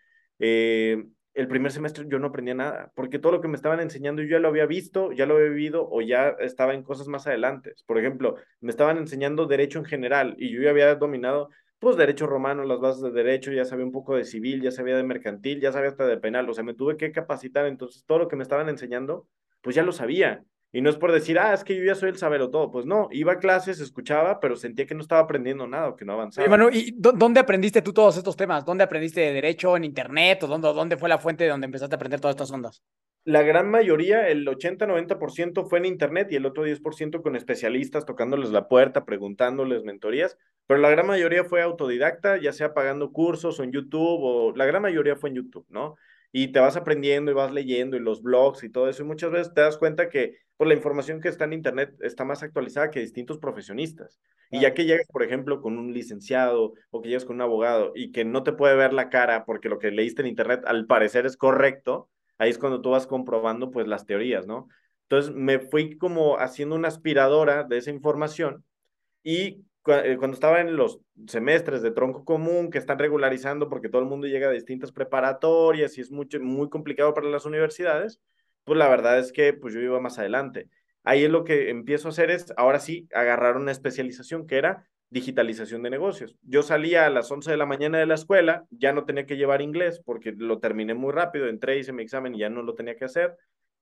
Speaker 5: el primer semestre yo no aprendía nada, porque todo lo que me estaban enseñando yo ya lo había visto, ya lo había vivido o ya estaba en cosas más adelante. Por ejemplo, me estaban enseñando derecho en general y yo ya había dominado pues derecho romano, las bases de derecho, ya sabía un poco de civil, ya sabía de mercantil, ya sabía hasta de penal, o sea, me tuve que capacitar, entonces todo lo que me estaban enseñando, pues ya lo sabía. Y no es por decir, es que yo ya soy el sabelo todo, pues no, iba a clases, escuchaba, pero sentía que no estaba aprendiendo nada o que no
Speaker 4: Oye,
Speaker 5: avanzaba.
Speaker 4: Manu, ¿y dónde aprendiste tú todos estos temas? ¿Dónde aprendiste de derecho en internet o dónde fue la fuente de donde empezaste a aprender todas estas ondas?
Speaker 5: La gran mayoría, el 80-90% fue en internet y el otro 10% con especialistas tocándoles la puerta, preguntándoles mentorías, pero la gran mayoría fue autodidacta, ya sea pagando cursos o en YouTube, o la gran mayoría fue en YouTube, ¿no? Y te vas aprendiendo y vas leyendo y los blogs y todo eso, y muchas veces te das cuenta que pues, la información que está en internet está más actualizada que distintos profesionistas. Y ya
Speaker 4: Claro.
Speaker 5: que llegas, por ejemplo, con un licenciado o que llegas con un abogado y que no te puede ver la cara porque lo que leíste en internet al parecer es correcto, ahí es cuando tú vas comprobando pues las teorías, ¿no? Entonces me fui como haciendo una aspiradora de esa información y cuando estaba en los semestres de tronco común que están regularizando porque todo el mundo llega a distintas preparatorias y es muy complicado para las universidades, pues la verdad es que pues yo iba más adelante. Ahí es lo que empiezo a hacer es, ahora sí, agarrar una especialización que era digitalización de negocios. Yo salía a las 11 de la mañana de la escuela, ya no tenía que llevar inglés porque lo terminé muy rápido, entré, hice mi examen y ya no lo tenía que hacer.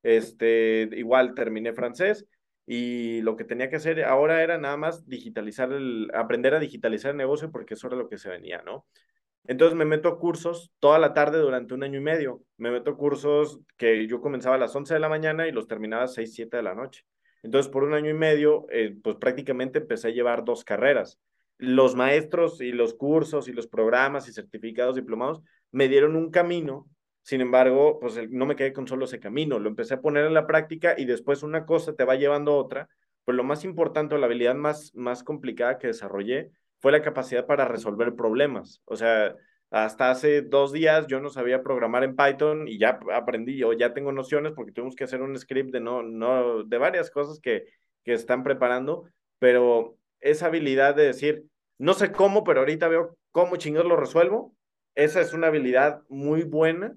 Speaker 5: Igual terminé francés y lo que tenía que hacer ahora era nada más aprender a digitalizar el negocio porque eso era lo que se venía, ¿no? Entonces me meto a cursos toda la tarde durante un año y medio. Me meto a cursos que yo comenzaba a las 11 de la mañana y los terminaba a 6 7 de la noche. Entonces por un año y medio, pues prácticamente empecé a llevar 2 carreras. Los maestros y los cursos y los programas y certificados diplomados me dieron un camino. Sin embargo, pues no me quedé con solo ese camino. Lo empecé a poner en la práctica y después una cosa te va llevando a otra. Pues lo más importante o la habilidad más complicada que desarrollé fue la capacidad para resolver problemas. O sea, hasta hace 2 días yo no sabía programar en Python y ya aprendí o ya tengo nociones porque tuvimos que hacer un script de varias cosas que están preparando, pero esa habilidad de decir, no sé cómo, pero ahorita veo cómo chingados lo resuelvo, esa es una habilidad muy buena,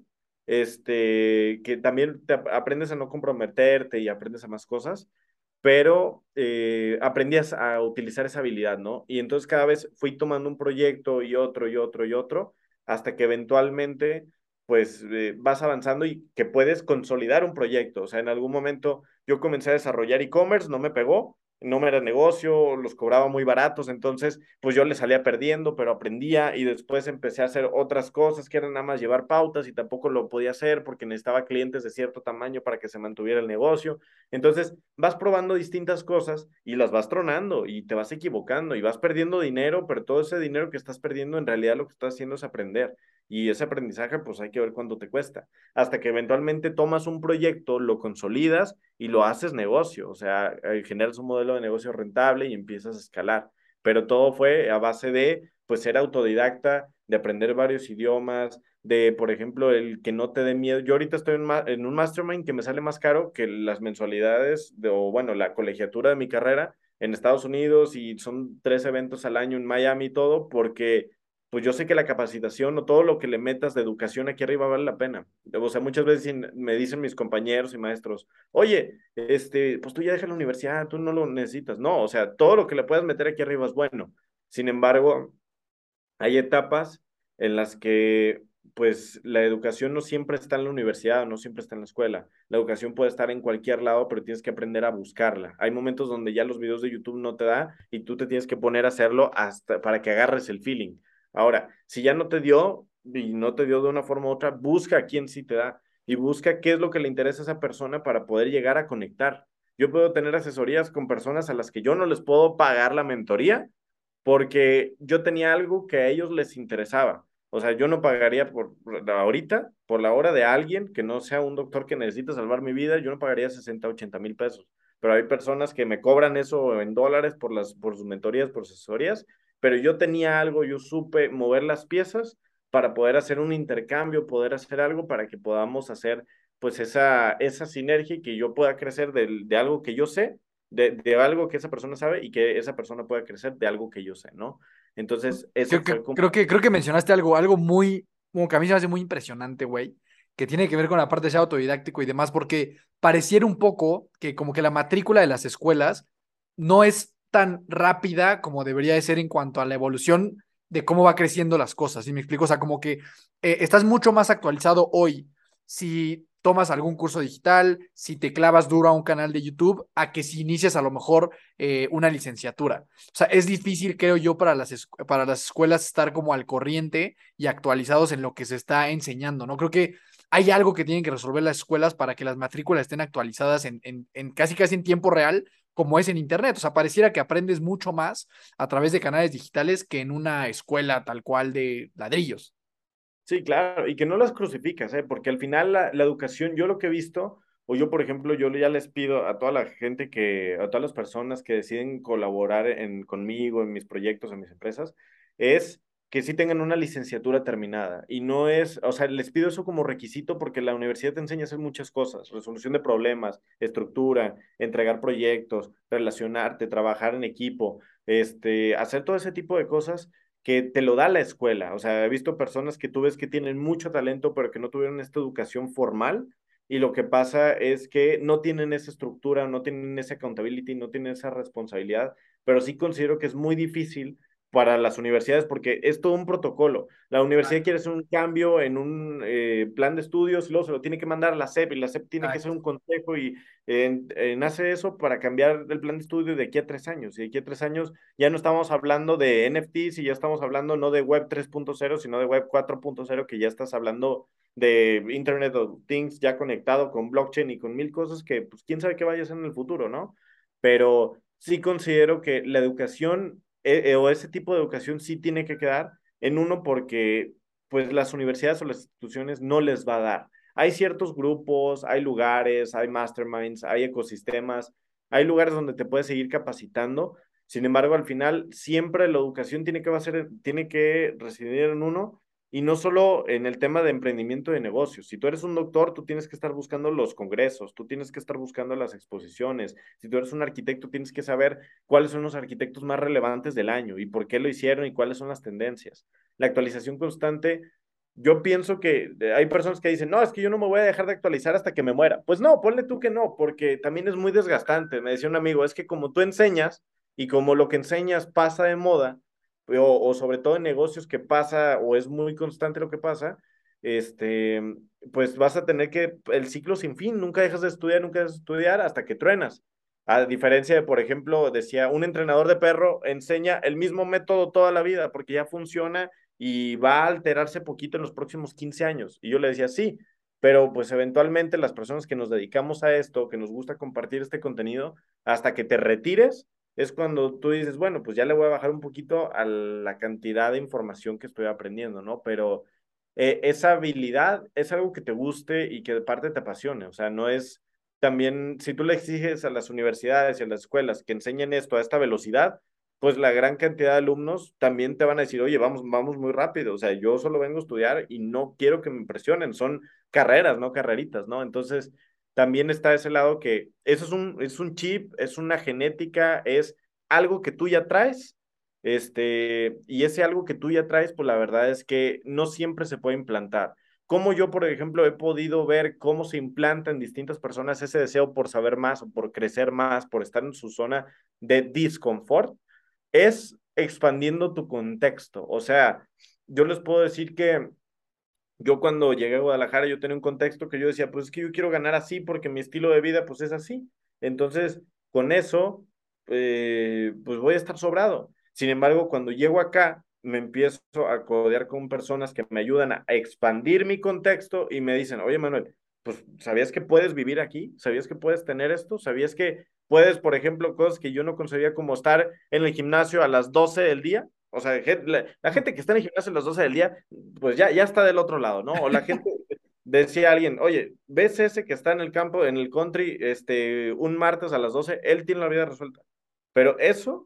Speaker 5: que también te aprendes a no comprometerte y aprendes a más cosas, pero aprendí a utilizar esa habilidad, ¿no? Y entonces cada vez fui tomando un proyecto y otro y otro y otro, hasta que eventualmente, pues, vas avanzando y que puedes consolidar un proyecto. O sea, en algún momento yo comencé a desarrollar e-commerce, no me pegó, no me era negocio, los cobraba muy baratos, entonces, pues yo le salía perdiendo, pero aprendía y después empecé a hacer otras cosas que eran nada más llevar pautas y tampoco lo podía hacer porque necesitaba clientes de cierto tamaño para que se mantuviera el negocio. Entonces, vas probando distintas cosas y las vas tronando y te vas equivocando y vas perdiendo dinero, pero todo ese dinero que estás perdiendo en realidad lo que estás haciendo es aprender. Y ese aprendizaje, pues hay que ver cuánto te cuesta. Hasta que eventualmente tomas un proyecto, lo consolidas y lo haces negocio. O sea, generas un modelo de negocio rentable y empiezas a escalar. Pero todo fue a base de, pues, ser autodidacta, de aprender varios idiomas, de, por ejemplo, el que no te dé miedo. Yo ahorita estoy en un mastermind que me sale más caro que las mensualidades o bueno, la colegiatura de mi carrera en Estados Unidos y son 3 eventos al año en Miami y todo, porque pues yo sé que la capacitación o todo lo que le metas de educación aquí arriba vale la pena. O sea, muchas veces me dicen mis compañeros y maestros, oye, pues tú ya dejas la universidad, tú no lo necesitas. No, o sea, todo lo que le puedas meter aquí arriba es bueno. Sin embargo, hay etapas en las que pues la educación no siempre está en la universidad, no siempre está en la escuela. La educación puede estar en cualquier lado, pero tienes que aprender a buscarla. Hay momentos donde ya los videos de YouTube no te da y tú te tienes que poner a hacerlo hasta para que agarres el feeling. Ahora, si ya no te dio, y no te dio de una forma u otra, busca a quién sí te da y busca qué es lo que le interesa a esa persona para poder llegar a conectar. Yo puedo tener asesorías con personas a las que yo no les puedo pagar la mentoría porque yo tenía algo que a ellos les interesaba. O sea, yo no pagaría ahorita, por la hora de alguien que no sea un doctor que necesita salvar mi vida, yo no pagaría 60, 80,000 pesos. Pero hay personas que me cobran eso en dólares por sus mentorías, por sus asesorías, pero yo tenía algo, yo supe mover las piezas para poder hacer un intercambio, poder hacer algo para que podamos hacer pues esa sinergia y que yo pueda crecer de algo que yo sé, de algo que esa persona sabe y que esa persona pueda crecer de algo que yo sé, ¿no? Entonces, eso
Speaker 1: Creo que,
Speaker 5: fue como...
Speaker 1: creo que mencionaste algo muy, como que a mí se me hace muy impresionante, güey, que tiene que ver con la parte de ser autodidáctico y demás, porque pareciera un poco que como que la matrícula de las escuelas no es tan rápida como debería de ser en cuanto a la evolución de cómo va creciendo las cosas, ¿sí me explico? O sea, como que estás mucho más actualizado hoy si tomas algún curso digital, si te clavas duro a un canal de YouTube, a que si inicias a lo mejor una licenciatura. O sea, es difícil, creo yo, para las escuelas estar como al corriente y actualizados en lo que se está enseñando, ¿no? Creo que hay algo que tienen que resolver las escuelas para que las matrículas estén actualizadas en casi en tiempo real, como es en Internet. O sea, pareciera que aprendes mucho más a través de canales digitales que en una escuela tal cual de ladrillos.
Speaker 5: Sí, claro, y que no las crucificas, ¿eh? Porque al final la educación, yo lo que he visto, o yo, por ejemplo, yo ya les pido a toda la gente a todas las personas que deciden colaborar conmigo, en mis proyectos, en mis empresas, es que sí tengan una licenciatura terminada. Y no es, o sea, les pido eso como requisito porque la universidad te enseña a hacer muchas cosas, resolución de problemas, estructura, entregar proyectos, relacionarte, trabajar en equipo, hacer todo ese tipo de cosas que te lo da la escuela. O sea, he visto personas que tú ves que tienen mucho talento, pero que no tuvieron esta educación formal. Y lo que pasa es que no tienen esa estructura, no tienen esa accountability, no tienen esa responsabilidad, pero sí considero que es muy difícil para las universidades porque es todo un protocolo. La universidad quiere hacer un cambio en un plan de estudios, y luego se lo tiene que mandar a la SEP y la SEP tiene que hacer
Speaker 1: Exacto.
Speaker 5: un consejo y hace eso para cambiar el plan de estudio de aquí a 3 años. Y de aquí a 3 años ya no estamos hablando de NFTs y ya estamos hablando no de Web 3.0, sino de Web 4.0, que ya estás hablando de Internet of Things ya conectado con blockchain y con mil cosas que, pues, quién sabe qué vaya a ser en el futuro, ¿no? Pero sí considero que la educación o ese tipo de educación sí tiene que quedar en uno porque, pues, las universidades o las instituciones no les va a dar. Hay ciertos grupos, hay lugares, hay masterminds, hay ecosistemas, hay lugares donde te puedes seguir capacitando. Sin embargo, al final, siempre la educación tiene que residir en uno y no solo en el tema de emprendimiento de negocios. Si tú eres un doctor, tú tienes que estar buscando los congresos, tú tienes que estar buscando las exposiciones. Si tú eres un arquitecto, tienes que saber cuáles son los arquitectos más relevantes del año y por qué lo hicieron y cuáles son las tendencias. La actualización constante, yo pienso que hay personas que dicen, no, es que yo no me voy a dejar de actualizar hasta que me muera. Pues no, ponle tú que no, porque también es muy desgastante. Me decía un amigo, es que como tú enseñas y como lo que enseñas pasa de moda, o sobre todo en negocios que pasa o es muy constante lo que pasa, este, pues vas a tener que, el ciclo sin fin, nunca dejas de estudiar, nunca dejas de estudiar hasta que truenas. A diferencia de, por ejemplo, decía, un entrenador de perro enseña el mismo método toda la vida porque ya funciona y va a alterarse poquito en los próximos 15 años. Y yo le decía, sí, pero pues eventualmente las personas que nos dedicamos a esto, que nos gusta compartir este contenido, hasta que te retires, es cuando tú dices, bueno, pues ya le voy a bajar un poquito a la cantidad de información que estoy aprendiendo, ¿no? Pero esa habilidad es algo que te guste y que de parte te apasione, o sea, no es también, si tú le exiges a las universidades y a las escuelas que enseñen esto a esta velocidad, pues la gran cantidad de alumnos también te van a decir, oye, vamos muy rápido, o sea, yo solo vengo a estudiar y no quiero que me impresionen, son carreras, no carreritas, ¿no? Entonces, también está ese lado que eso es un chip, es una genética, es algo que tú ya traes, y ese algo que tú ya traes, pues la verdad es que no siempre se puede implantar. Como yo, por ejemplo, he podido ver cómo se implanta en distintas personas ese deseo por saber más, o por crecer más, por estar en su zona de disconfort, es expandiendo tu contexto. O sea, yo les puedo decir que yo cuando llegué a Guadalajara, yo tenía un contexto que yo decía, pues es que yo quiero ganar así porque mi estilo de vida pues es así. Entonces, con eso, pues voy a estar sobrado. Sin embargo, cuando llego acá, me empiezo a codear con personas que me ayudan a expandir mi contexto y me dicen, oye, Manuel, pues, ¿sabías que puedes vivir aquí? ¿Sabías que puedes tener esto? ¿Sabías que puedes, por ejemplo, cosas que yo no concebía como estar en el gimnasio a las 12 del día? O sea, la gente que está en el gimnasio a las 12 del día, pues ya está del otro lado, ¿no? O la gente, decía alguien, oye, ¿ves ese que está en el campo, en el country, un martes a las 12? Él tiene la vida resuelta. Pero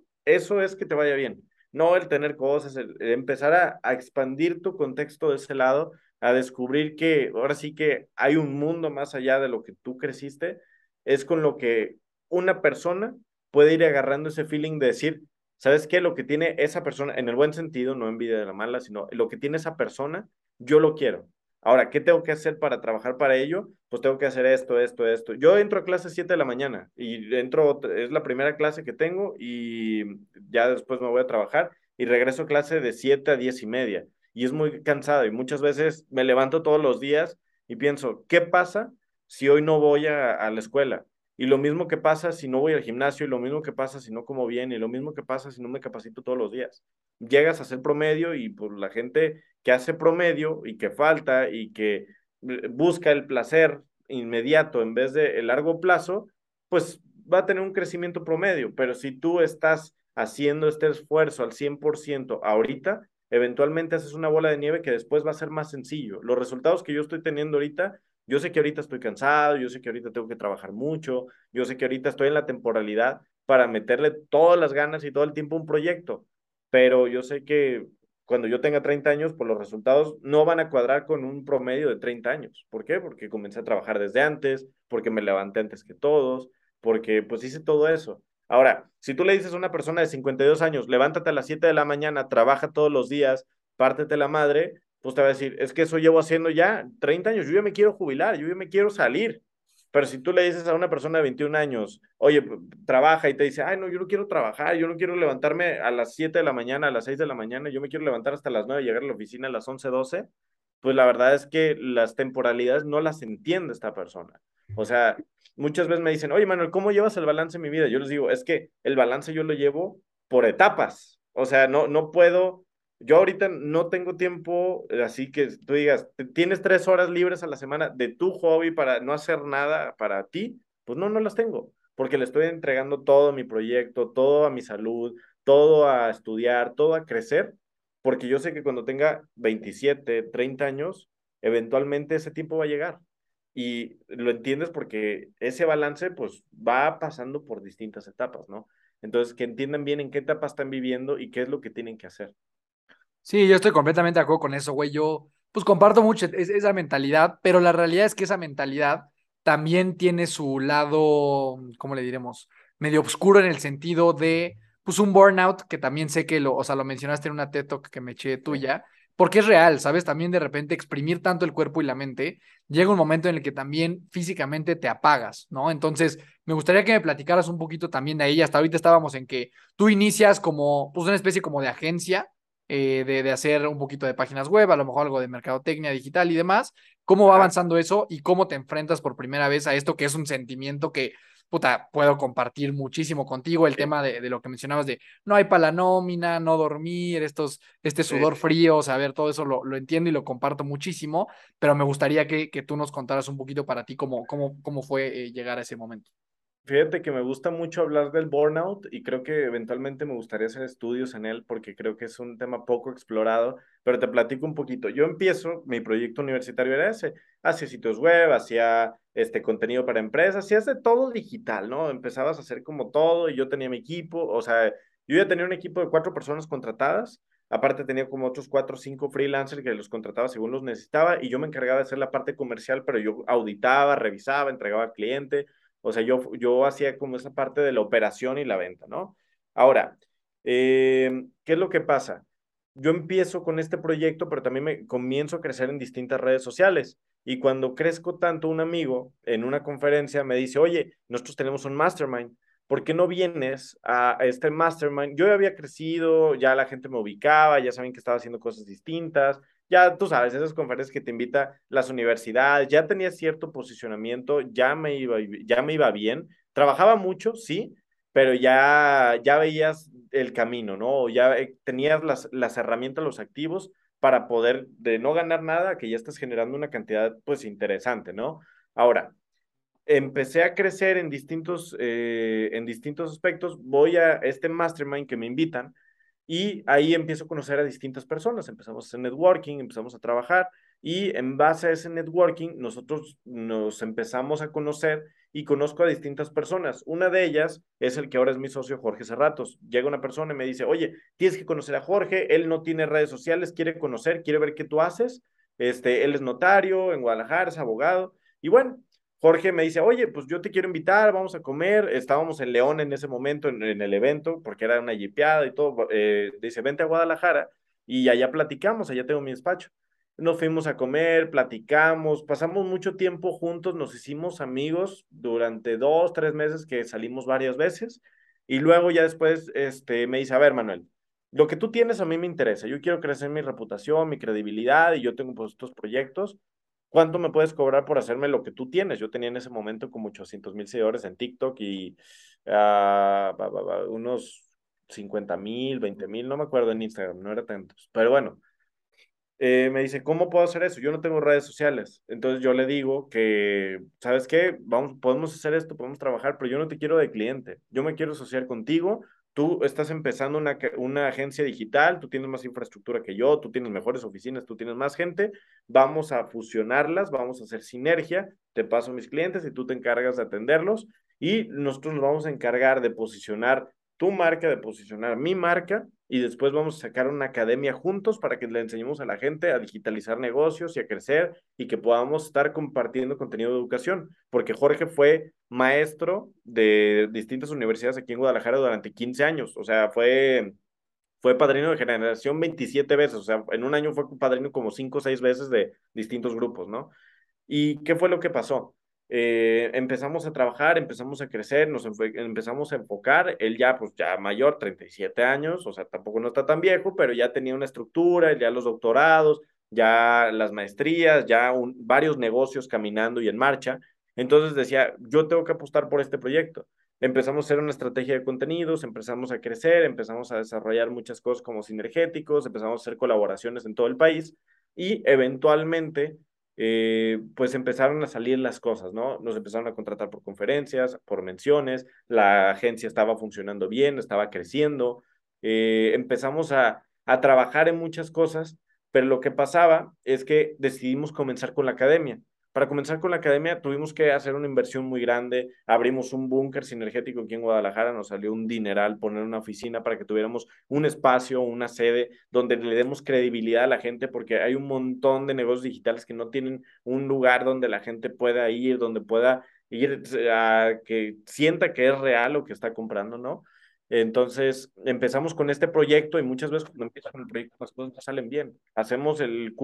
Speaker 5: eso es que te vaya bien. No el tener cosas, el empezar a expandir tu contexto de ese lado, a descubrir que ahora sí que hay un mundo más allá de lo que tú creciste, es con lo que una persona puede ir agarrando ese feeling de decir, ¿sabes qué? Lo que tiene esa persona, en el buen sentido, no envidia de la mala, sino lo que tiene esa persona, yo lo quiero. Ahora, ¿qué tengo que hacer para trabajar para ello? Pues tengo que hacer esto. Yo entro a clase 7 de la mañana y es la primera clase que tengo y ya después me voy a trabajar y regreso a clase de 7 a 10:30. Y es muy cansado y muchas veces me levanto todos los días y pienso, ¿qué pasa si hoy no voy a la escuela? Y lo mismo que pasa si no voy al gimnasio, y lo mismo que pasa si no como bien, y lo mismo que pasa si no me capacito todos los días. Llegas a hacer promedio y pues la gente que hace promedio y que falta y que busca el placer inmediato en vez de el largo plazo, pues va a tener un crecimiento promedio. Pero si tú estás haciendo este esfuerzo al 100% ahorita, eventualmente haces una bola de nieve que después va a ser más sencillo. Los resultados que yo estoy teniendo ahorita, yo sé que ahorita estoy cansado, yo sé que ahorita tengo que trabajar mucho, yo sé que ahorita estoy en la temporalidad para meterle todas las ganas y todo el tiempo a un proyecto, pero yo sé que cuando yo tenga 30 años, pues los resultados no van a cuadrar con un promedio de 30 años. ¿Por qué? Porque comencé a trabajar desde antes, porque me levanté antes que todos, porque pues hice todo eso. Ahora, si tú le dices a una persona de 52 años, levántate a las 7 de la mañana, trabaja todos los días, pártete la madre, pues te va a decir, es que eso llevo haciendo ya 30 años, yo ya me quiero jubilar, yo ya me quiero salir. Pero si tú le dices a una persona de 21 años, oye, trabaja y te dice, ay, no, yo no quiero trabajar, yo no quiero levantarme a las 7 de la mañana, a las 6 de la mañana, yo me quiero levantar hasta las 9 y llegar a la oficina a las 11 12, pues la verdad es que las temporalidades no las entiende esta persona. O sea, muchas veces me dicen, oye, Manuel, ¿cómo llevas el balance en mi vida? Yo les digo, es que el balance yo lo llevo por etapas. O sea, no puedo, yo ahorita no tengo tiempo, así que tú digas, tienes 3 horas libres a la semana de tu hobby para no hacer nada para ti, pues no las tengo, porque le estoy entregando todo a mi proyecto, todo a mi salud, todo a estudiar, todo a crecer, porque yo sé que cuando tenga 27 30 años, eventualmente ese tiempo va a llegar. Y lo entiendes porque ese balance pues va pasando por distintas etapas, ¿no? Entonces, que entiendan bien en qué etapa están viviendo y qué es lo que tienen que hacer.
Speaker 1: Sí, yo estoy completamente de acuerdo con eso, güey. Yo, pues comparto mucho esa mentalidad, pero la realidad es que esa mentalidad también tiene su lado, ¿cómo le diremos? Medio oscuro en el sentido de, pues un burnout, que también sé que o sea, lo mencionaste en una TED Talk que me eché
Speaker 5: Sí.
Speaker 1: tuya, porque es real, ¿sabes? También de repente exprimir tanto el cuerpo y la mente, llega un momento en el que también físicamente te apagas, ¿no? Entonces, me gustaría que me platicaras un poquito también de ahí. Hasta ahorita estábamos en que tú inicias como, pues una especie como de agencia de hacer un poquito de páginas web, a lo mejor algo de mercadotecnia digital y demás. ¿Cómo va
Speaker 5: Ajá.
Speaker 1: avanzando eso y cómo te enfrentas por primera vez a esto que es un sentimiento que, puta, puedo compartir muchísimo contigo? El
Speaker 5: Sí,
Speaker 1: tema de lo que mencionabas de no hay para la nómina, no dormir, este
Speaker 5: sí.
Speaker 1: sudor frío, o sea, a ver, todo eso lo entiendo y lo comparto muchísimo, pero me gustaría que tú nos contaras un poquito para ti cómo fue llegar a ese momento.
Speaker 5: Fíjate que me gusta mucho hablar del burnout y creo que eventualmente me gustaría hacer estudios en él porque creo que es un tema poco explorado, pero te platico un poquito. Yo empiezo, mi proyecto universitario era ese, hacía sitios web, hacía contenido para empresas, hacías de todo digital, ¿no? Empezabas a hacer como todo y yo tenía mi equipo, o sea, yo ya tenía un equipo de 4 personas contratadas, aparte tenía como otros 4 o 5 freelancers que los contrataba según los necesitaba y yo me encargaba de hacer la parte comercial, pero yo auditaba, revisaba, entregaba al cliente. O sea, yo hacía como esa parte de la operación y la venta, ¿no? Ahora, ¿qué es lo que pasa? Yo empiezo con este proyecto, pero también me comienzo a crecer en distintas redes sociales. Y cuando crezco tanto, un amigo en una conferencia me dice, oye, nosotros tenemos un mastermind. ¿Por qué no vienes a este mastermind? Yo ya había crecido, ya la gente me ubicaba, ya saben que estaba haciendo cosas distintas, ya tú sabes, esas conferencias que te invita las universidades, ya tenía cierto posicionamiento, ya me iba bien, trabajaba mucho, sí, pero ya veías el camino, ¿no? O ya tenías las herramientas, los activos para poder, de no ganar nada, que ya estás generando una cantidad, pues, interesante, ¿no? Ahora, empecé a crecer en distintos aspectos, voy a este mastermind que me invitan y ahí empiezo a conocer a distintas personas, empezamos a hacer networking, empezamos a trabajar y en base a ese networking nosotros nos empezamos a conocer y conozco a distintas personas. Una de ellas es el que ahora es mi socio, Jorge Serratos. Llega una persona y me dice, oye, tienes que conocer a Jorge, él no tiene redes sociales, quiere conocer, quiere ver qué tú haces. Él es notario en Guadalajara, es abogado. Y bueno, Jorge me dice, oye, pues yo te quiero invitar, vamos a comer. Estábamos en León en ese momento, en el evento, porque era una jipeada y todo. Dice, vente a Guadalajara y allá platicamos, allá tengo mi despacho. Nos fuimos a comer, platicamos, pasamos mucho tiempo juntos, nos hicimos amigos durante 2, 3 meses que salimos varias veces. Y luego ya después me dice, a ver, Manuel, lo que tú tienes a mí me interesa. Yo quiero crecer mi reputación, mi credibilidad y yo tengo pues estos proyectos. ¿Cuánto me puedes cobrar por hacerme lo que tú tienes? Yo tenía en ese momento como 800,000 seguidores en TikTok y unos 50,000, 20,000, no me acuerdo en Instagram, no era tantos. Pero bueno, me dice, ¿cómo puedo hacer eso? Yo no tengo redes sociales. Entonces yo le digo que, ¿sabes qué? Podemos hacer esto, podemos trabajar, pero yo no te quiero de cliente. Yo me quiero asociar contigo. Tú estás empezando una agencia digital, tú tienes más infraestructura que yo, tú tienes mejores oficinas, tú tienes más gente. Vamos a fusionarlas, vamos a hacer sinergia. Te paso a mis clientes y tú te encargas de atenderlos. Y nosotros nos vamos a encargar de posicionar tu marca, de posicionar mi marca y después vamos a sacar una academia juntos para que le enseñemos a la gente a digitalizar negocios y a crecer y que podamos estar compartiendo contenido de educación, porque Jorge fue maestro de distintas universidades aquí en Guadalajara durante 15 años, o sea, fue padrino de generación 27 veces, o sea, en un año fue padrino como 5 o 6 veces de distintos grupos, ¿no? ¿Y qué fue lo que pasó? Empezamos a trabajar, empezamos a crecer, empezamos a enfocar, él ya, pues ya mayor, 37 años, o sea, tampoco no está tan viejo, pero ya tenía una estructura, ya los doctorados, ya las maestrías, ya varios negocios caminando y en marcha. Entonces decía, yo tengo que apostar por este proyecto. Empezamos a hacer una estrategia de contenidos, empezamos a crecer, empezamos a desarrollar muchas cosas como sinergéticos, empezamos a hacer colaboraciones en todo el país y eventualmente pues empezaron a salir las cosas, ¿no? Nos empezaron a contratar por conferencias, por menciones, la agencia estaba funcionando bien, estaba creciendo, empezamos a trabajar en muchas cosas, pero lo que pasaba es que decidimos comenzar con la academia. Para comenzar con la academia tuvimos que hacer una inversión muy grande, abrimos un búnker sinergético aquí en Guadalajara, nos salió un dineral poner una oficina para que tuviéramos un espacio, una sede donde le demos credibilidad a la gente, porque hay un montón de negocios digitales que no tienen un lugar donde la gente pueda ir, donde pueda ir a que sienta que es real lo que está comprando, ¿no? Entonces empezamos con este proyecto y muchas veces cuando empiezas con el proyecto las cosas no salen bien. Hacemos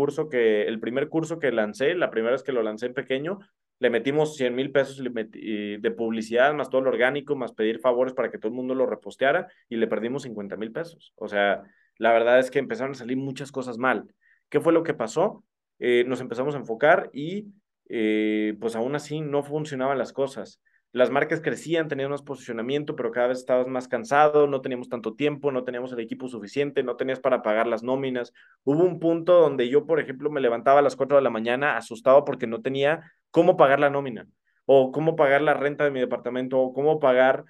Speaker 5: el primer curso que lancé, la primera vez que lo lancé en pequeño, le metimos 100,000 pesos de publicidad, más todo lo orgánico, más pedir favores para que todo el mundo lo reposteara y le perdimos 50,000 pesos. O sea, la verdad es que empezaron a salir muchas cosas mal. ¿Qué fue lo que pasó? Nos empezamos a enfocar y pues aún así no funcionaban las cosas. Las marcas crecían, tenían más posicionamiento, pero cada vez estabas más cansado, no teníamos tanto tiempo, no teníamos el equipo suficiente, no tenías para pagar las nóminas. Hubo un punto donde yo, por ejemplo, me levantaba a las 4 de la mañana asustado porque no tenía cómo pagar la nómina, o cómo pagar la renta de mi departamento, o cómo pagar,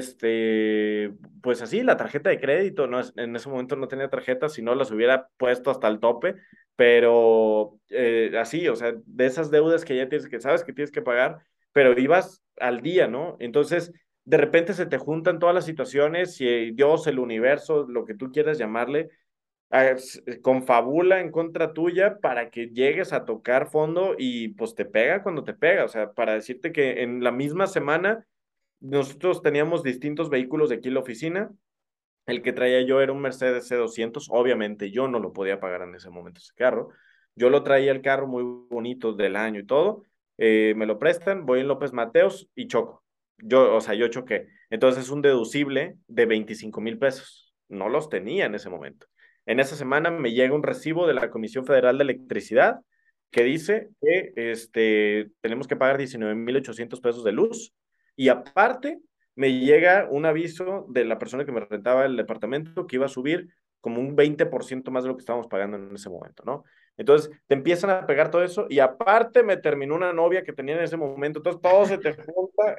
Speaker 5: pues así, la tarjeta de crédito. No, en ese momento no tenía tarjeta, si no las hubiera puesto hasta el tope, pero así, o sea, de esas deudas que ya tienes, que sabes que tienes que pagar, pero ibas al día, ¿no? Entonces, de repente se te juntan todas las situaciones y Dios, el universo, lo que tú quieras llamarle, confabula en contra tuya para que llegues a tocar fondo y pues te pega cuando te pega. O sea, para decirte que en la misma semana nosotros teníamos distintos vehículos de aquí en la oficina. El que traía yo era un Mercedes C200. Obviamente yo no lo podía pagar en ese momento ese carro. Yo lo traía el carro muy bonito del año y todo. Me lo prestan, voy en López Mateos y choco. O sea, yo choqué. Entonces es un deducible de 25,000 pesos. No los tenía en ese momento. En esa semana me llega un recibo de la Comisión Federal de Electricidad que dice que tenemos que pagar 19,800 pesos de luz y aparte me llega un aviso de la persona que me rentaba el departamento que iba a subir como un 20% más de lo que estábamos pagando en ese momento, ¿no? Entonces te empiezan a pegar todo eso y aparte me terminó una novia que tenía en ese momento, entonces todo se te junta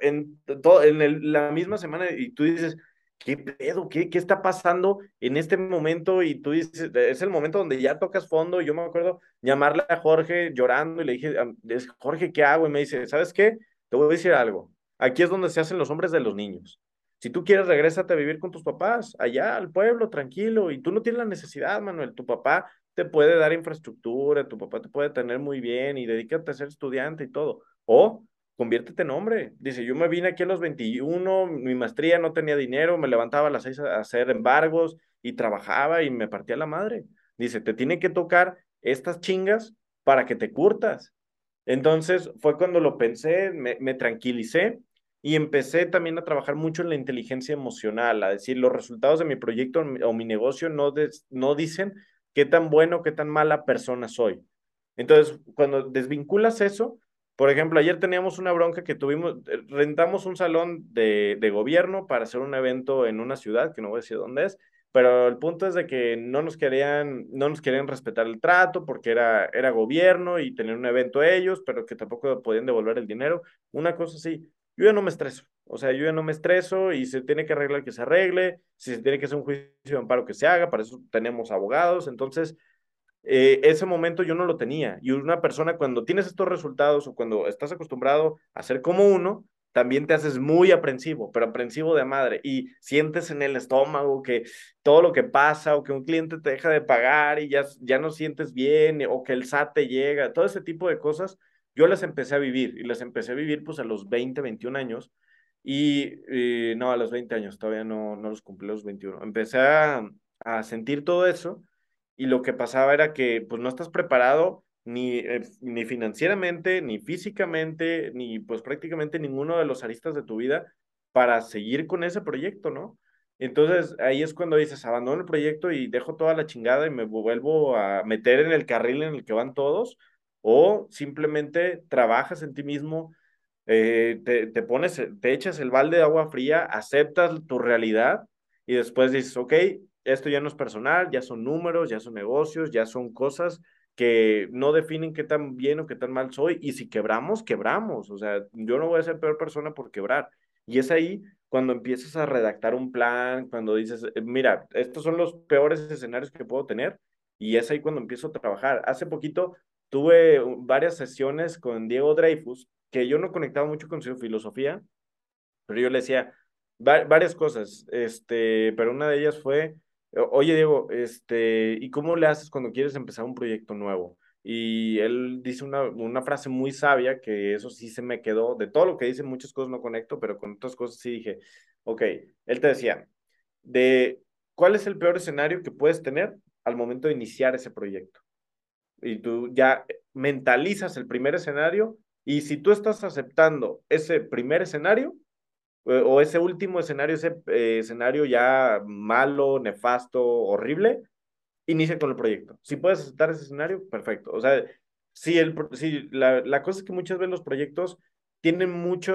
Speaker 5: la misma semana y tú dices, ¿qué pedo? ¿Qué está pasando en este momento? Y tú dices, es el momento donde ya tocas fondo. Y yo me acuerdo llamarle a Jorge llorando y le dije, Jorge, ¿qué hago? Y me dice, ¿sabes qué? Te voy a decir algo. Aquí es donde se hacen los hombres de los niños. Si tú quieres, regrésate a vivir con tus papás, allá al pueblo, tranquilo. Y tú no tienes la necesidad, Manuel. Tu papá te puede dar infraestructura, tu papá te puede tener muy bien y dedícate a ser estudiante y todo. O conviértete en hombre. Dice, yo me vine aquí a los 21, mi maestría, no tenía dinero, me levantaba a las 6 a hacer embargos y trabajaba y me partía la madre. Dice, te tiene que tocar estas chingas para que te curtas. Entonces fue cuando lo pensé, me tranquilicé y empecé también a trabajar mucho en la inteligencia emocional, a decir, los resultados de mi proyecto o mi negocio no dicen qué tan bueno, qué tan mala persona soy. Entonces, cuando desvinculas eso, por ejemplo, ayer teníamos una bronca que tuvimos, rentamos un salón de gobierno para hacer un evento en una ciudad, que no voy a decir dónde es, pero el punto es de que no nos querían respetar el trato porque era gobierno y tener un evento ellos, pero que tampoco podían devolver el dinero, una cosa así. Yo ya no me estreso, o sea, yo ya no me estreso y se tiene que arreglar que se arregle, si se tiene que hacer un juicio de amparo que se haga, para eso tenemos abogados, entonces ese momento yo no lo tenía. Y una persona cuando tienes estos resultados o cuando estás acostumbrado a ser como uno, también te haces muy aprensivo, pero aprensivo de madre. Y sientes en el estómago que todo lo que pasa o que un cliente te deja de pagar y ya no sientes bien o que el SAT te llega, todo ese tipo de cosas, yo las empecé a vivir y las empecé a vivir pues a los 20 21 años. Y no, a los 20 años, todavía no los cumplí a los 21. Empecé a sentir todo eso y lo que pasaba era que pues no estás preparado ni financieramente, ni físicamente, ni pues prácticamente ninguno de los aristas de tu vida para seguir con ese proyecto, ¿no? Entonces ahí es cuando dices, abandono el proyecto y dejo toda la chingada y me vuelvo a meter en el carril en el que van todos, o simplemente trabajas en ti mismo, te echas el balde de agua fría, aceptas tu realidad y después dices, ok, esto ya no es personal, ya son números, ya son negocios, ya son cosas que no definen qué tan bien o qué tan mal soy. Y si quebramos, quebramos. O sea, yo no voy a ser peor persona por quebrar. Y es ahí cuando empiezas a redactar un plan, cuando dices, mira, estos son los peores escenarios que puedo tener. Y es ahí cuando empiezo a trabajar. Hace poquito tuve varias sesiones con Diego Dreyfus, que yo no conectaba mucho con su filosofía, pero yo le decía varias cosas, pero una de ellas fue, oye Diego, ¿y cómo le haces cuando quieres empezar un proyecto nuevo? Y él dice una frase muy sabia, que eso sí se me quedó, de todo lo que dice, muchas cosas no conecto, pero con otras cosas sí dije, ok, él te decía, de cuál es el peor escenario que puedes tener al momento de iniciar ese proyecto. Y tú ya mentalizas el primer escenario, y si tú estás aceptando ese primer escenario, o ese último escenario, ese escenario ya malo, nefasto, horrible, inicia con el proyecto. Si puedes aceptar ese escenario, perfecto. O sea, si la cosa es que muchas veces los proyectos tienen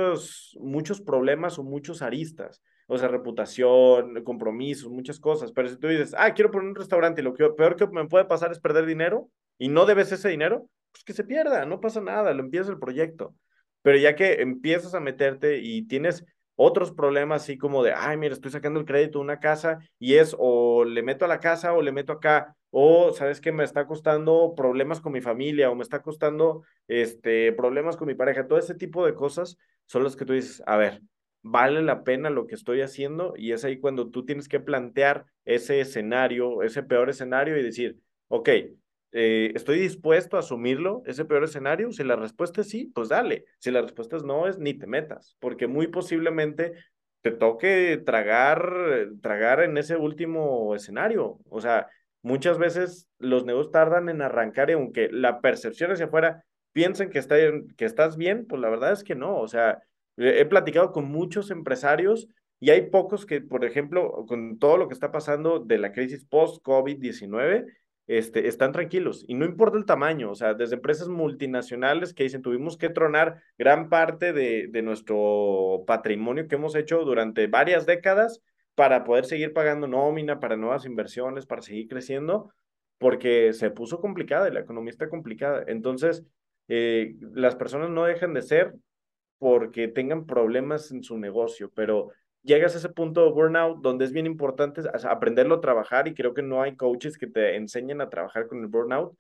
Speaker 5: muchos problemas o muchos aristas. O sea, reputación, compromisos, muchas cosas. Pero si tú dices, quiero poner un restaurante y lo peor que me puede pasar es perder dinero y no debes ese dinero, pues que se pierda, no pasa nada, lo empiezas el proyecto. Pero ya que empiezas a meterte y tienes otros problemas así como de, mira, estoy sacando el crédito de una casa y es o le meto a la casa o le meto acá, o sabes que me está costando problemas con mi familia o me está costando problemas con mi pareja, todo ese tipo de cosas son las que tú dices, a ver, vale la pena lo que estoy haciendo, y es ahí cuando tú tienes que plantear ese escenario, ese peor escenario y decir, ok, ¿estoy dispuesto a asumirlo, ese peor escenario? Si la respuesta es sí, pues dale. Si la respuesta es no, es ni te metas, porque muy posiblemente te toque tragar en ese último escenario. O sea, muchas veces los negocios tardan en arrancar y aunque la percepción hacia afuera piensen que estás bien, pues la verdad es que no. O sea, he platicado con muchos empresarios y hay pocos que, por ejemplo, con todo lo que está pasando de la crisis post-COVID-19, están tranquilos y no importa el tamaño, o sea, desde empresas multinacionales que dicen tuvimos que tronar gran parte de nuestro patrimonio que hemos hecho durante varias décadas para poder seguir pagando nómina, para nuevas inversiones, para seguir creciendo, porque se puso complicada y la economía está complicada. Entonces, las personas no dejan de ser porque tengan problemas en su negocio, pero llegas a ese punto de burnout donde es bien importante aprenderlo a trabajar y creo que no hay coaches que te enseñen a trabajar con el burnout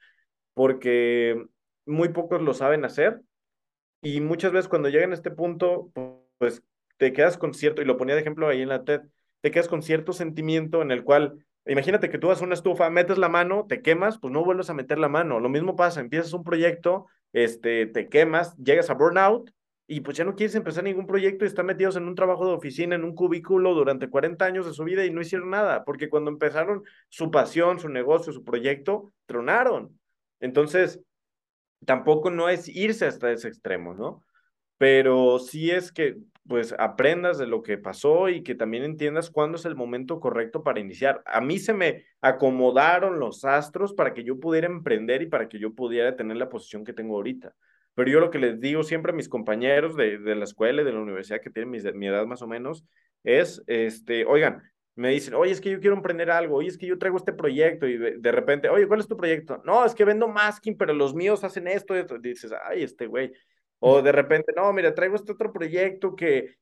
Speaker 5: porque muy pocos lo saben hacer y muchas veces cuando llegan a este punto, pues te quedas con cierto, y lo ponía de ejemplo ahí en la TED, te quedas con cierto sentimiento en el cual, imagínate que tú vas a una estufa, metes la mano, te quemas, pues no vuelves a meter la mano. Lo mismo pasa, empiezas un proyecto, te quemas, llegas a burnout y pues ya no quieres empezar ningún proyecto y están metidos en un trabajo de oficina, en un cubículo durante 40 años de su vida y no hicieron nada, porque cuando empezaron su pasión, su negocio, su proyecto, tronaron. Entonces, tampoco no es irse hasta ese extremo, ¿no? Pero sí es que pues aprendas de lo que pasó y que también entiendas cuándo es el momento correcto para iniciar. A mí se me acomodaron los astros para que yo pudiera emprender y para que yo pudiera tener la posición que tengo ahorita. Pero yo lo que les digo siempre a mis compañeros de la escuela y de la universidad que tienen mi edad más o menos es, oigan, me dicen, oye, es que yo quiero emprender algo, oye, es que yo traigo este proyecto y de repente, oye, ¿cuál es tu proyecto? No, es que vendo masking, pero los míos hacen esto, esto. Y dices, ay, este güey. O de repente, no, mira, traigo este otro proyecto que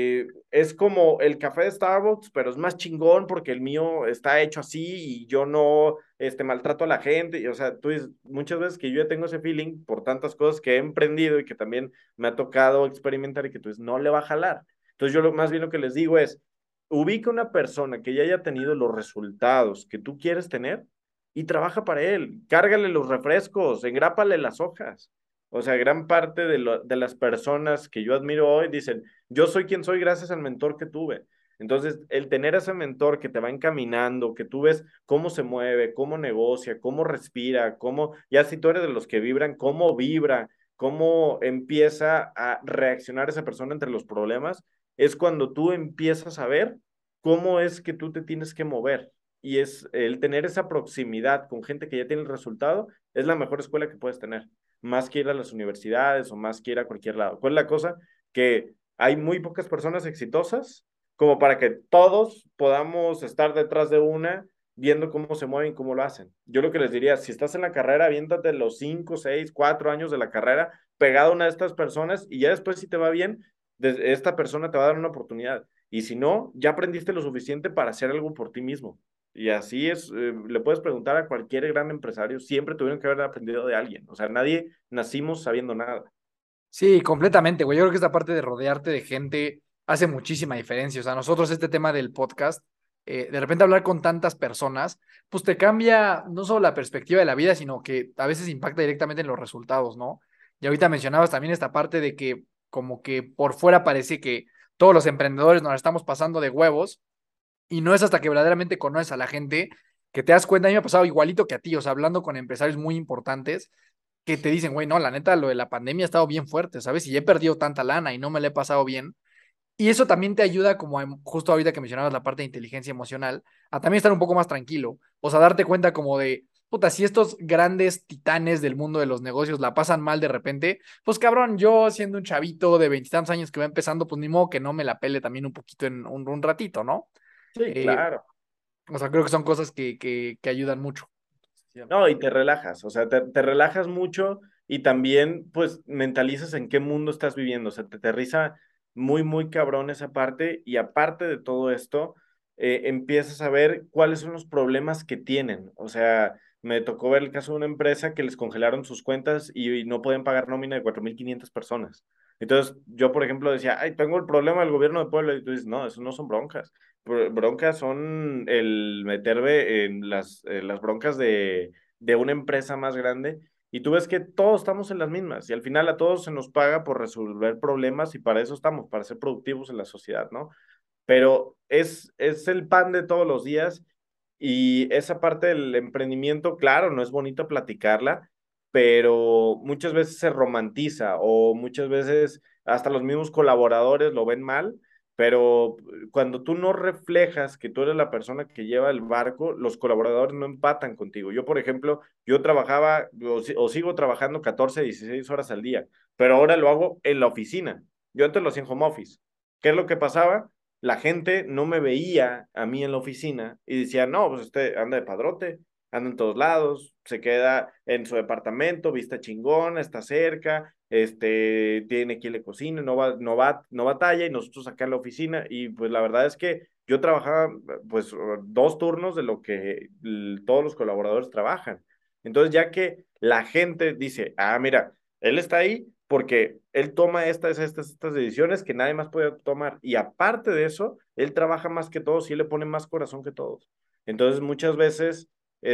Speaker 5: es como el café de Starbucks, pero es más chingón porque el mío está hecho así y yo no maltrato a la gente. Y, o sea, tú dices, muchas veces que yo ya tengo ese feeling por tantas cosas que he emprendido y que también me ha tocado experimentar y que tú dices, no le va a jalar. Entonces yo más bien lo que les digo es, ubica una persona que ya haya tenido los resultados que tú quieres tener y trabaja para él. Cárgale los refrescos, engrápale las hojas. O sea, gran parte de las personas que yo admiro hoy dicen, yo soy quien soy gracias al mentor que tuve. Entonces, el tener ese mentor que te va encaminando, que tú ves cómo se mueve, cómo negocia, cómo respira, cómo, ya si tú eres de los que vibran, cómo vibra, cómo empieza a reaccionar esa persona entre los problemas, es cuando tú empiezas a ver cómo es que tú te tienes que mover. Y es el tener esa proximidad con gente que ya tiene el resultado, es la mejor escuela que puedes tener más que ir a las universidades o más que ir a cualquier lado. ¿Cuál es la cosa? Que hay muy pocas personas exitosas como para que todos podamos estar detrás de una viendo cómo se mueven, cómo lo hacen. Yo lo que les diría, si estás en la carrera, aviéntate los 5, 6, 4 años de la carrera pegado a una de estas personas y ya después si te va bien, esta persona te va a dar una oportunidad. Y si no, ya aprendiste lo suficiente para hacer algo por ti mismo. Y así es, le puedes preguntar a cualquier gran empresario, siempre tuvieron que haber aprendido de alguien. O sea, nadie nacimos sabiendo nada.
Speaker 1: Sí, completamente, güey. Yo creo que esta parte de rodearte de gente hace muchísima diferencia. O sea, nosotros este tema del podcast, de repente hablar con tantas personas, pues te cambia no solo la perspectiva de la vida, sino que a veces impacta directamente en los resultados, ¿no? Y ahorita mencionabas también esta parte de que como que por fuera parece que todos los emprendedores nos la estamos pasando de huevos y no es hasta que verdaderamente conoces a la gente que te das cuenta. A mí me ha pasado igualito que a ti, o sea, hablando con empresarios muy importantes que te dicen, güey, no, la neta, lo de la pandemia ha estado bien fuerte, ¿sabes? Y he perdido tanta lana y no me la he pasado bien. Y eso también te ayuda, como justo ahorita que mencionabas la parte de inteligencia emocional, a también estar un poco más tranquilo. O sea, darte cuenta como de, puta, si estos grandes titanes del mundo de los negocios la pasan mal de repente, pues cabrón, yo siendo un chavito de veintitantos años que va empezando, pues ni modo que no me la pele también un poquito en un ratito, ¿no?
Speaker 5: Sí,
Speaker 1: Eh,
Speaker 5: claro.
Speaker 1: o sea, creo que son cosas que ayudan mucho.
Speaker 5: No, y te relajas, o sea, te relajas mucho y también pues mentalizas en qué mundo estás viviendo, o sea, te aterriza muy, muy cabrón esa parte y aparte de todo esto, empiezas a ver cuáles son los problemas que tienen, o sea, me tocó ver el caso de una empresa que les congelaron sus cuentas y no pueden pagar nómina de 4.500 personas. Entonces, yo, por ejemplo, decía, ay, tengo el problema del gobierno de Puebla, y tú dices, no, eso no son broncas. Broncas son el meterme en las broncas de una empresa más grande y tú ves que todos estamos en las mismas y al final a todos se nos paga por resolver problemas y para eso estamos, para ser productivos en la sociedad, ¿no? Pero es el pan de todos los días y esa parte del emprendimiento, claro, no es bonito platicarla, pero muchas veces se romantiza o muchas veces hasta los mismos colaboradores lo ven mal pero cuando tú no reflejas que tú eres la persona que lleva el barco, los colaboradores no empatan contigo. Yo, por ejemplo, yo trabajaba o sigo trabajando 14, 16 horas al día, pero ahora lo hago en la oficina. Yo antes lo hacía en home office. ¿Qué es lo que pasaba? La gente no me veía a mí en la oficina y decía, no, pues este anda de padrote, anda en todos lados, se queda en su departamento, vista chingona, está cerca, tiene quien le cocine, no batalla, y nosotros acá en la oficina, y pues la verdad es que yo trabajaba pues 2 turnos de lo que todos los colaboradores trabajan. Entonces, ya que la gente dice, ah, mira, él está ahí porque él toma estas decisiones que nadie más puede tomar, y aparte de eso, él trabaja más que todos y él le pone más corazón que todos. Entonces, muchas veces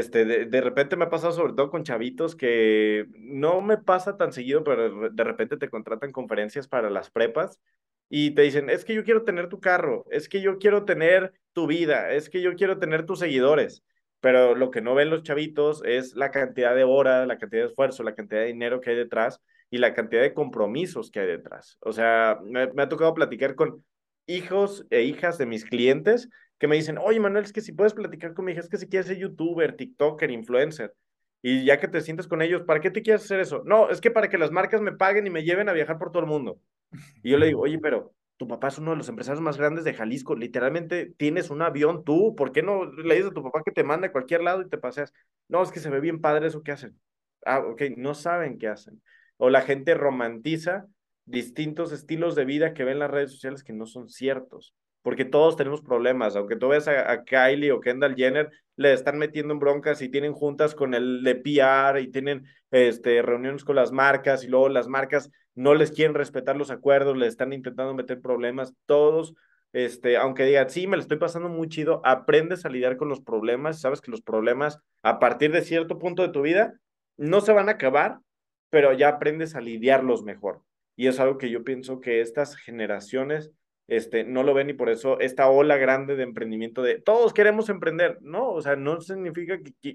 Speaker 5: de repente me ha pasado sobre todo con chavitos que no me pasa tan seguido, pero de repente te contratan conferencias para las prepas y te dicen, es que yo quiero tener tu carro, es que yo quiero tener tu vida, es que yo quiero tener tus seguidores, pero lo que no ven los chavitos es la cantidad de horas, la cantidad de esfuerzo, la cantidad de dinero que hay detrás y la cantidad de compromisos que hay detrás. O sea, me ha tocado platicar con hijos e hijas de mis clientes que me dicen, oye, Manuel, es que si puedes platicar con mi hija, es que si quieres ser youtuber, tiktoker, influencer, y ya que te sientes con ellos, ¿para qué te quieres hacer eso? No, es que para que las marcas me paguen y me lleven a viajar por todo el mundo. Y yo le digo, oye, pero tu papá es uno de los empresarios más grandes de Jalisco, literalmente tienes un avión tú, ¿por qué no le dices a tu papá que te mande a cualquier lado y te paseas? No, es que se ve bien padre eso que hacen. Ah, ok, no saben qué hacen. O la gente romantiza distintos estilos de vida que ven en las redes sociales que no son ciertos, porque todos tenemos problemas, aunque tú ves a Kylie o Kendall Jenner, le están metiendo en broncas y tienen juntas con el de PR y tienen reuniones con las marcas y luego las marcas no les quieren respetar los acuerdos, le están intentando meter problemas, todos, aunque digan, sí, me lo estoy pasando muy chido, aprendes a lidiar con los problemas, sabes que los problemas a partir de cierto punto de tu vida no se van a acabar, pero ya aprendes a lidiarlos mejor. Y es algo que yo pienso que estas generaciones no lo ven y por eso esta ola grande de emprendimiento de todos queremos emprender, no, o sea, no significa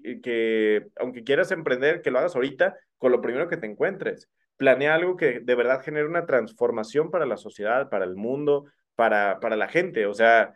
Speaker 5: que aunque quieras emprender, que lo hagas ahorita con lo primero que te encuentres. Planea algo que de verdad genere una transformación para la sociedad, para el mundo, para la gente. O sea,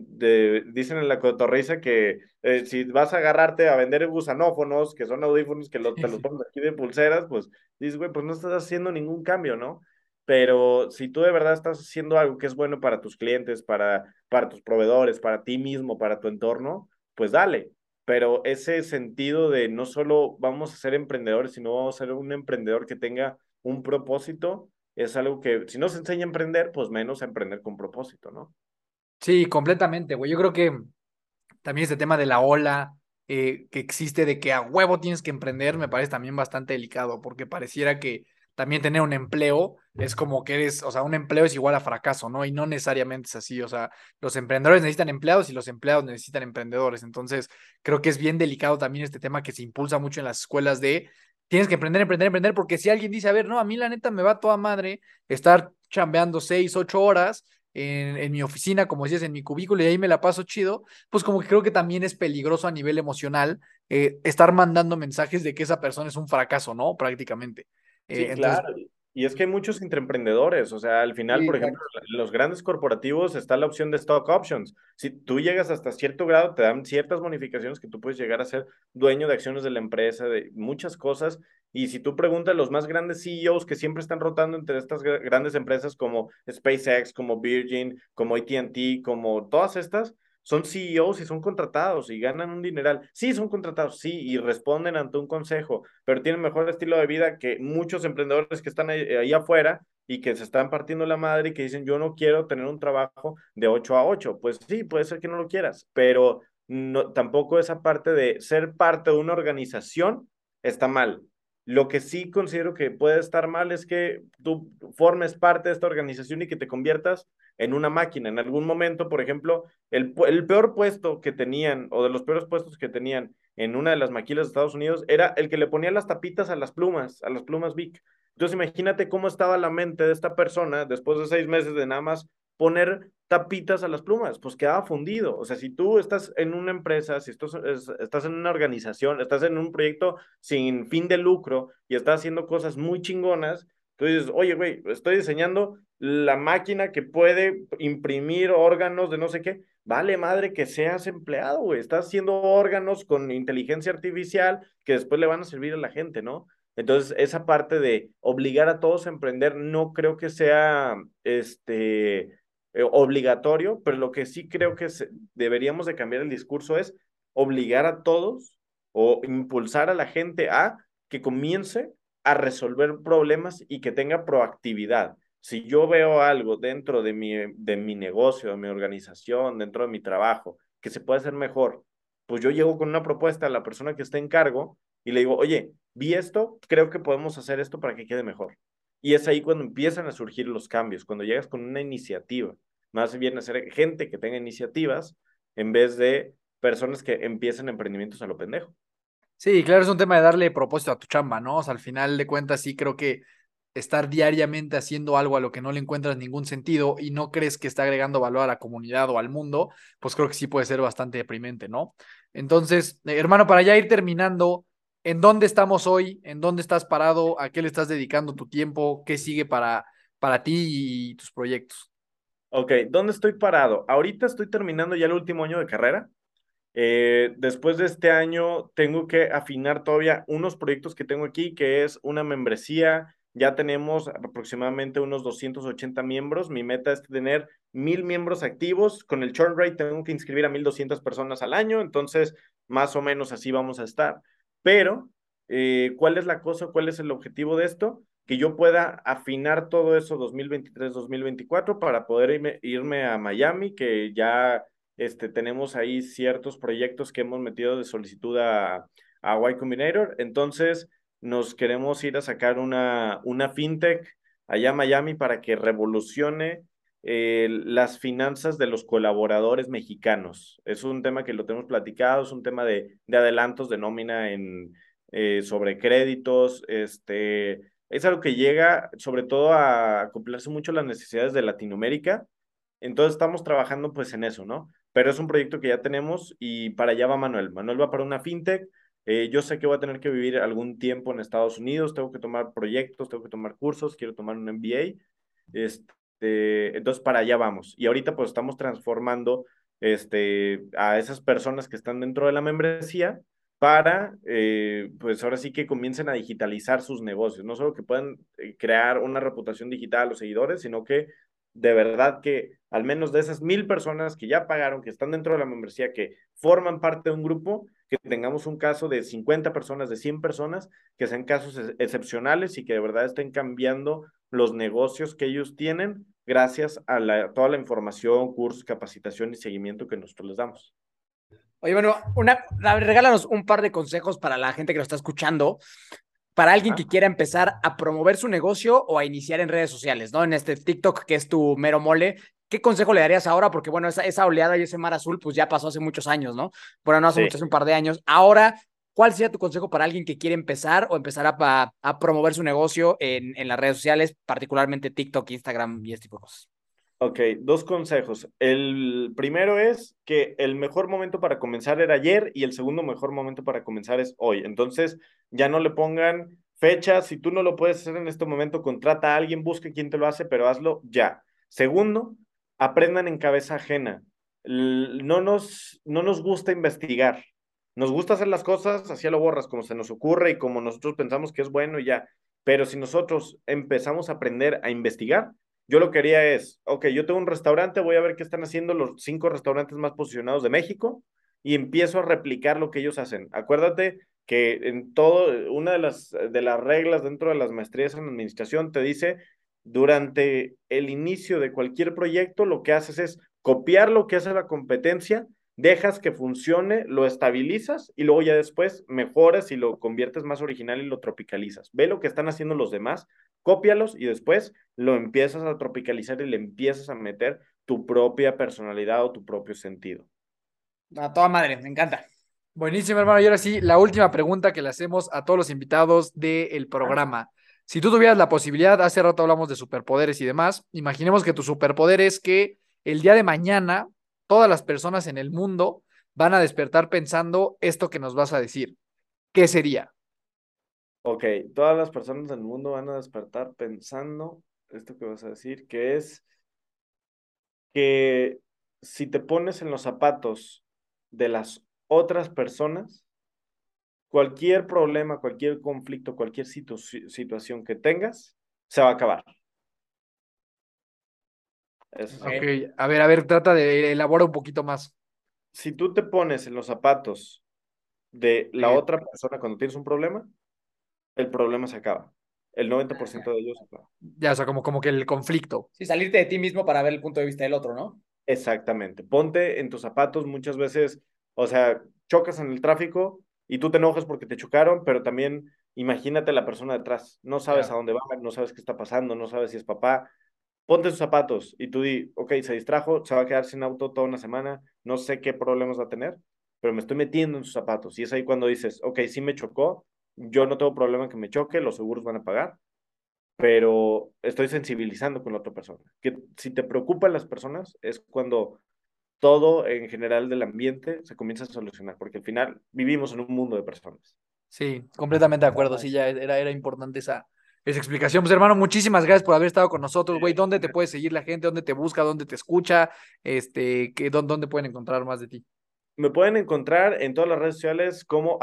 Speaker 5: dicen en la cotorriza que si vas a agarrarte a vender gusanófonos, que son audífonos que te los pones aquí de pulseras, pues dices, güey, pues no estás haciendo ningún cambio, ¿no? Pero si tú de verdad estás haciendo algo que es bueno para tus clientes, para tus proveedores, para ti mismo, para tu entorno, pues dale. Pero ese sentido de no solo vamos a ser emprendedores, sino vamos a ser un emprendedor que tenga un propósito, es algo que si no se enseña a emprender, pues menos a emprender con propósito, ¿no?
Speaker 1: Sí, completamente, güey. Yo creo que también este tema de la ola que existe de que a huevo tienes que emprender me parece también bastante delicado porque pareciera que también tener un empleo es como que eres, o sea, un empleo es igual a fracaso, ¿no? Y no necesariamente es así, o sea, los emprendedores necesitan empleados y los empleados necesitan emprendedores. Entonces, creo que es bien delicado también este tema que se impulsa mucho en las escuelas de tienes que emprender, emprender, emprender, porque si alguien dice, a ver, no, a mí la neta me va toda madre estar chambeando 6, 8 horas en mi oficina, como decías, en mi cubículo y ahí me la paso chido, pues como que creo que también es peligroso a nivel emocional estar mandando mensajes de que esa persona es un fracaso, ¿no? Prácticamente.
Speaker 5: Sí,
Speaker 1: Entonces,
Speaker 5: claro. Y es que hay muchos intraemprendedores, o sea, al final,
Speaker 1: sí,
Speaker 5: por ejemplo,
Speaker 1: exacto.
Speaker 5: los grandes corporativos está la opción de stock options. Si tú llegas hasta cierto grado, te dan ciertas bonificaciones que tú puedes llegar a ser dueño de acciones de la empresa, de muchas cosas. Y si tú preguntas a los más grandes CEOs que siempre están rotando entre estas grandes empresas como SpaceX, como Virgin, como AT&T, como todas estas, son CEOs y son contratados y ganan un dineral. Sí, son contratados, sí, y responden ante un consejo, pero tienen mejor estilo de vida que muchos emprendedores que están ahí afuera y que se están partiendo la madre y que dicen, yo no quiero tener un trabajo de 8 a 8. Pues sí, puede ser que no lo quieras, pero no, tampoco esa parte de ser parte de una organización está mal. Lo que sí considero que puede estar mal es que tú formes parte de esta organización y que te conviertas en una máquina. En algún momento, por ejemplo, el peor puesto que tenían, o de los peores puestos que tenían en una de las maquilas de Estados Unidos, era el que le ponía las tapitas a las plumas Bic. Entonces, imagínate cómo estaba la mente de esta persona después de 6 meses de nada más poner tapitas a las plumas, pues quedaba fundido. O sea, si tú estás en una empresa, si estás en una organización, estás en un proyecto sin fin de lucro y estás haciendo cosas muy chingonas, Tú dices, oye, güey, estoy diseñando la máquina que puede imprimir órganos de no sé qué. Vale madre que seas empleado, güey. Estás haciendo órganos con inteligencia artificial que después le van a servir a la gente, ¿no? Entonces, esa parte de obligar a todos a emprender no creo que sea obligatorio, pero lo que sí creo que deberíamos de cambiar el discurso es obligar a todos o impulsar a la gente a que comience a resolver problemas y que tenga proactividad. Si yo veo algo dentro de mi negocio, de mi organización, dentro de mi trabajo, que se puede hacer mejor, pues yo llego con una propuesta a la persona que está en cargo y le digo, oye, vi esto, creo que podemos hacer esto para que quede mejor. Y es ahí cuando empiezan a surgir los cambios, cuando llegas con una iniciativa. Más bien a ser gente que tenga iniciativas en vez de personas que empiecen emprendimientos a lo pendejo.
Speaker 1: Sí, claro, es un tema de darle propósito a tu chamba, ¿no? O sea, al final de cuentas, sí creo que estar diariamente haciendo algo a lo que no le encuentras ningún sentido y no crees que está agregando valor a la comunidad o al mundo, pues creo que sí puede ser bastante deprimente, ¿no? Entonces, hermano, para ya ir terminando, ¿en dónde estamos hoy? ¿En dónde estás parado? ¿A qué le estás dedicando tu tiempo? ¿Qué sigue para ti y tus proyectos?
Speaker 5: Ok, ¿dónde estoy parado? Ahorita estoy terminando ya el último año de carrera. Después de este año tengo que afinar todavía unos proyectos que tengo aquí, que es una membresía. Ya tenemos aproximadamente unos 280 miembros. Mi meta es tener 1,000 miembros activos. Con el churn rate tengo que inscribir a 1,200 personas al año, entonces más o menos así vamos a estar. Pero, ¿cuál es la cosa? ¿Cuál es el objetivo de esto? Que yo pueda afinar todo eso 2023-2024 para poder irme a Miami, que ya tenemos ahí ciertos proyectos que hemos metido de solicitud a Y Combinator. Entonces, nos queremos ir a sacar una fintech allá a Miami para que revolucione las finanzas de los colaboradores mexicanos. Es un tema que lo tenemos platicado, es un tema de adelantos de nómina sobre créditos. Es algo que llega sobre todo a acoplarse mucho a las necesidades de Latinoamérica. Entonces estamos trabajando pues en eso, ¿no? Pero es un proyecto que ya tenemos y para allá va Manuel. Manuel va para una fintech. Yo sé que voy a tener que vivir algún tiempo en Estados Unidos, tengo que tomar proyectos, tengo que tomar cursos, quiero tomar un MBA. Entonces para allá vamos. Y ahorita pues estamos transformando a esas personas que están dentro de la membresía para, pues ahora sí que comiencen a digitalizar sus negocios. No solo que puedan crear una reputación digital a los seguidores, sino que de verdad que al menos de esas 1,000 personas que ya pagaron, que están dentro de la membresía, que forman parte de un grupo, que tengamos un caso de 50 personas, de 100 personas, que sean casos excepcionales y que de verdad estén cambiando los negocios que ellos tienen gracias a toda la información, cursos, capacitación y seguimiento que nosotros les damos.
Speaker 4: Oye, bueno, regálanos un par de consejos para la gente que lo está escuchando, para alguien que
Speaker 5: ¿Ah?
Speaker 4: quiera empezar a promover su negocio o a iniciar en redes sociales, ¿no? En este TikTok, que es tu mero mole, ¿qué consejo le darías ahora? Porque, bueno, esa oleada y ese mar azul, pues ya pasó hace muchos años, ¿no? Bueno, no hace mucho,
Speaker 5: Sí.
Speaker 4: hace un par de años. Ahora, ¿cuál sería tu consejo para alguien que quiere empezar o empezar a promover su negocio en las redes sociales, particularmente TikTok, Instagram y este tipo de cosas?
Speaker 5: Ok, dos consejos. El primero es que el mejor momento para comenzar era ayer y el segundo mejor momento para comenzar es hoy. Entonces, ya no le pongan fechas. Si tú no lo puedes hacer en este momento, contrata a alguien, busca quién te lo hace, pero hazlo ya. Segundo, aprendan en cabeza ajena. No nos gusta investigar. Nos gusta hacer las cosas así a lo borras, como se nos ocurre y como nosotros pensamos que es bueno y ya. Pero si nosotros empezamos a aprender a investigar, yo lo que haría es, ok, yo tengo un restaurante, voy a ver qué están haciendo los 5 restaurantes más posicionados de México y empiezo a replicar lo que ellos hacen. Acuérdate que en todo, una de las reglas dentro de las maestrías en administración te dice, durante el inicio de cualquier proyecto, lo que haces es copiar lo que hace la competencia, dejas que funcione, lo estabilizas y luego ya después mejoras y lo conviertes más original y lo tropicalizas. Ve lo que están haciendo los demás, cópialos y después lo empiezas a tropicalizar y le empiezas a meter tu propia personalidad o tu propio sentido.
Speaker 4: A toda madre, me encanta.
Speaker 1: Buenísimo, hermano. Y ahora sí, la última pregunta que le hacemos a todos los invitados del programa. Si tú tuvieras la posibilidad, hace rato hablamos de superpoderes y demás, imaginemos que tu superpoder es que el día de mañana todas las personas en el mundo van a despertar pensando esto que nos vas a decir. ¿Qué sería?
Speaker 5: Ok, todas las personas del mundo van a despertar pensando, esto que vas a decir, que es que si te pones en los zapatos de las otras personas, cualquier problema, cualquier conflicto, cualquier situación que tengas, se va a acabar. Eso es
Speaker 1: Ok,
Speaker 5: todo.
Speaker 1: a ver, trata de elaborar un poquito más.
Speaker 5: Si tú te pones en los zapatos de la
Speaker 1: Eh,
Speaker 5: otra persona cuando tienes un problema, el problema se acaba. El 90% de ellos se acaba.
Speaker 1: ya, o sea, como que el conflicto.
Speaker 4: Sí, salirte de ti mismo para ver el punto de vista del otro, ¿no?
Speaker 5: Exactamente. Ponte en tus zapatos muchas veces, o sea, chocas en el tráfico y tú te enojas porque te chocaron, pero también imagínate a la persona detrás. No sabes a
Speaker 1: Ya.
Speaker 5: dónde va, no sabes qué está pasando, no sabes si es papá. Ponte sus zapatos y tú di, ok, se distrajo, se va a quedar sin auto toda una semana, no sé qué problemas va a tener, pero me estoy metiendo en sus zapatos. Y es ahí cuando dices, ok, sí me chocó, yo no tengo problema que me choque, los seguros van a pagar, pero estoy sensibilizando con la otra persona. Que si te preocupan las personas es cuando todo en general del ambiente se comienza a solucionar, porque al final vivimos en un mundo de personas.
Speaker 1: Sí, completamente de acuerdo. Sí, ya era importante esa explicación. Pues hermano, muchísimas gracias por haber estado con nosotros, güey. ¿Dónde te puede seguir la gente? ¿Dónde te busca? ¿Dónde te escucha? ¿Dónde pueden encontrar más de ti?
Speaker 5: Me pueden encontrar en todas las redes sociales como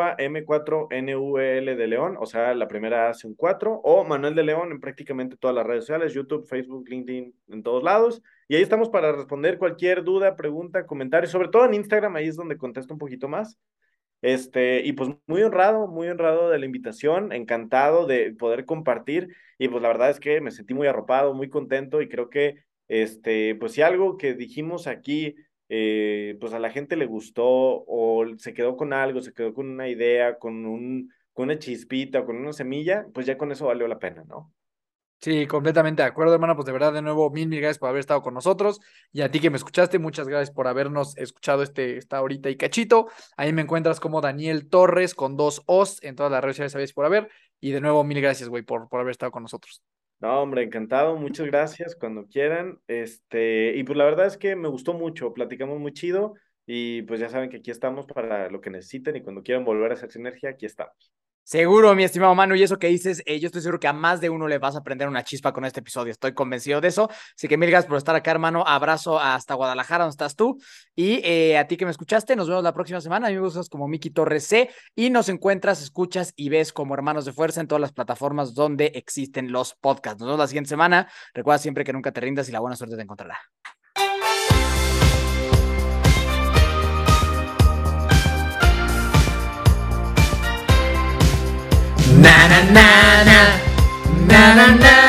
Speaker 5: @M4NUL de León, o sea, la primera hace un 4, o Manuel de León en prácticamente todas las redes sociales, YouTube, Facebook, LinkedIn, en todos lados. Y ahí estamos para responder cualquier duda, pregunta, comentario, sobre todo en Instagram, ahí es donde contesto un poquito más. Y pues muy honrado de la invitación, encantado de poder compartir. Y pues la verdad es que me sentí muy arropado, muy contento y creo que, pues si algo que dijimos aquí, pues a la gente le gustó o se quedó con algo, se quedó con una idea, con una chispita, con una semilla, pues ya con eso valió la pena, ¿no?
Speaker 1: Sí, completamente de acuerdo, hermano. Pues de verdad, de nuevo, mil gracias por haber estado con nosotros. Y a ti que me escuchaste, muchas gracias por habernos escuchado esta horita y cachito. Ahí me encuentras como Daniel Torres con 2 O's en todas las redes sociales, sabéis por haber. Y de nuevo, mil gracias, güey, por haber estado con nosotros.
Speaker 5: No, hombre, encantado, muchas gracias cuando quieran. Y pues la verdad es que me gustó mucho, platicamos muy chido y pues ya saben que aquí estamos para lo que necesiten y cuando quieran volver a hacer sinergia, aquí estamos.
Speaker 4: Seguro, mi estimado Manu, y eso que dices, yo estoy seguro que a más de uno le vas a prender una chispa con este episodio, estoy convencido de eso, así que mil gracias por estar acá, hermano, abrazo hasta Guadalajara, donde estás tú, y a ti que me escuchaste, nos vemos la próxima semana, a mí me gustas como Miki Torres C, y nos encuentras, escuchas y ves como Hermanos de Fuerza en todas las plataformas donde existen los podcasts. Nos vemos la siguiente semana, recuerda siempre que nunca te rindas y la buena suerte te encontrará.
Speaker 2: Na na na na na na na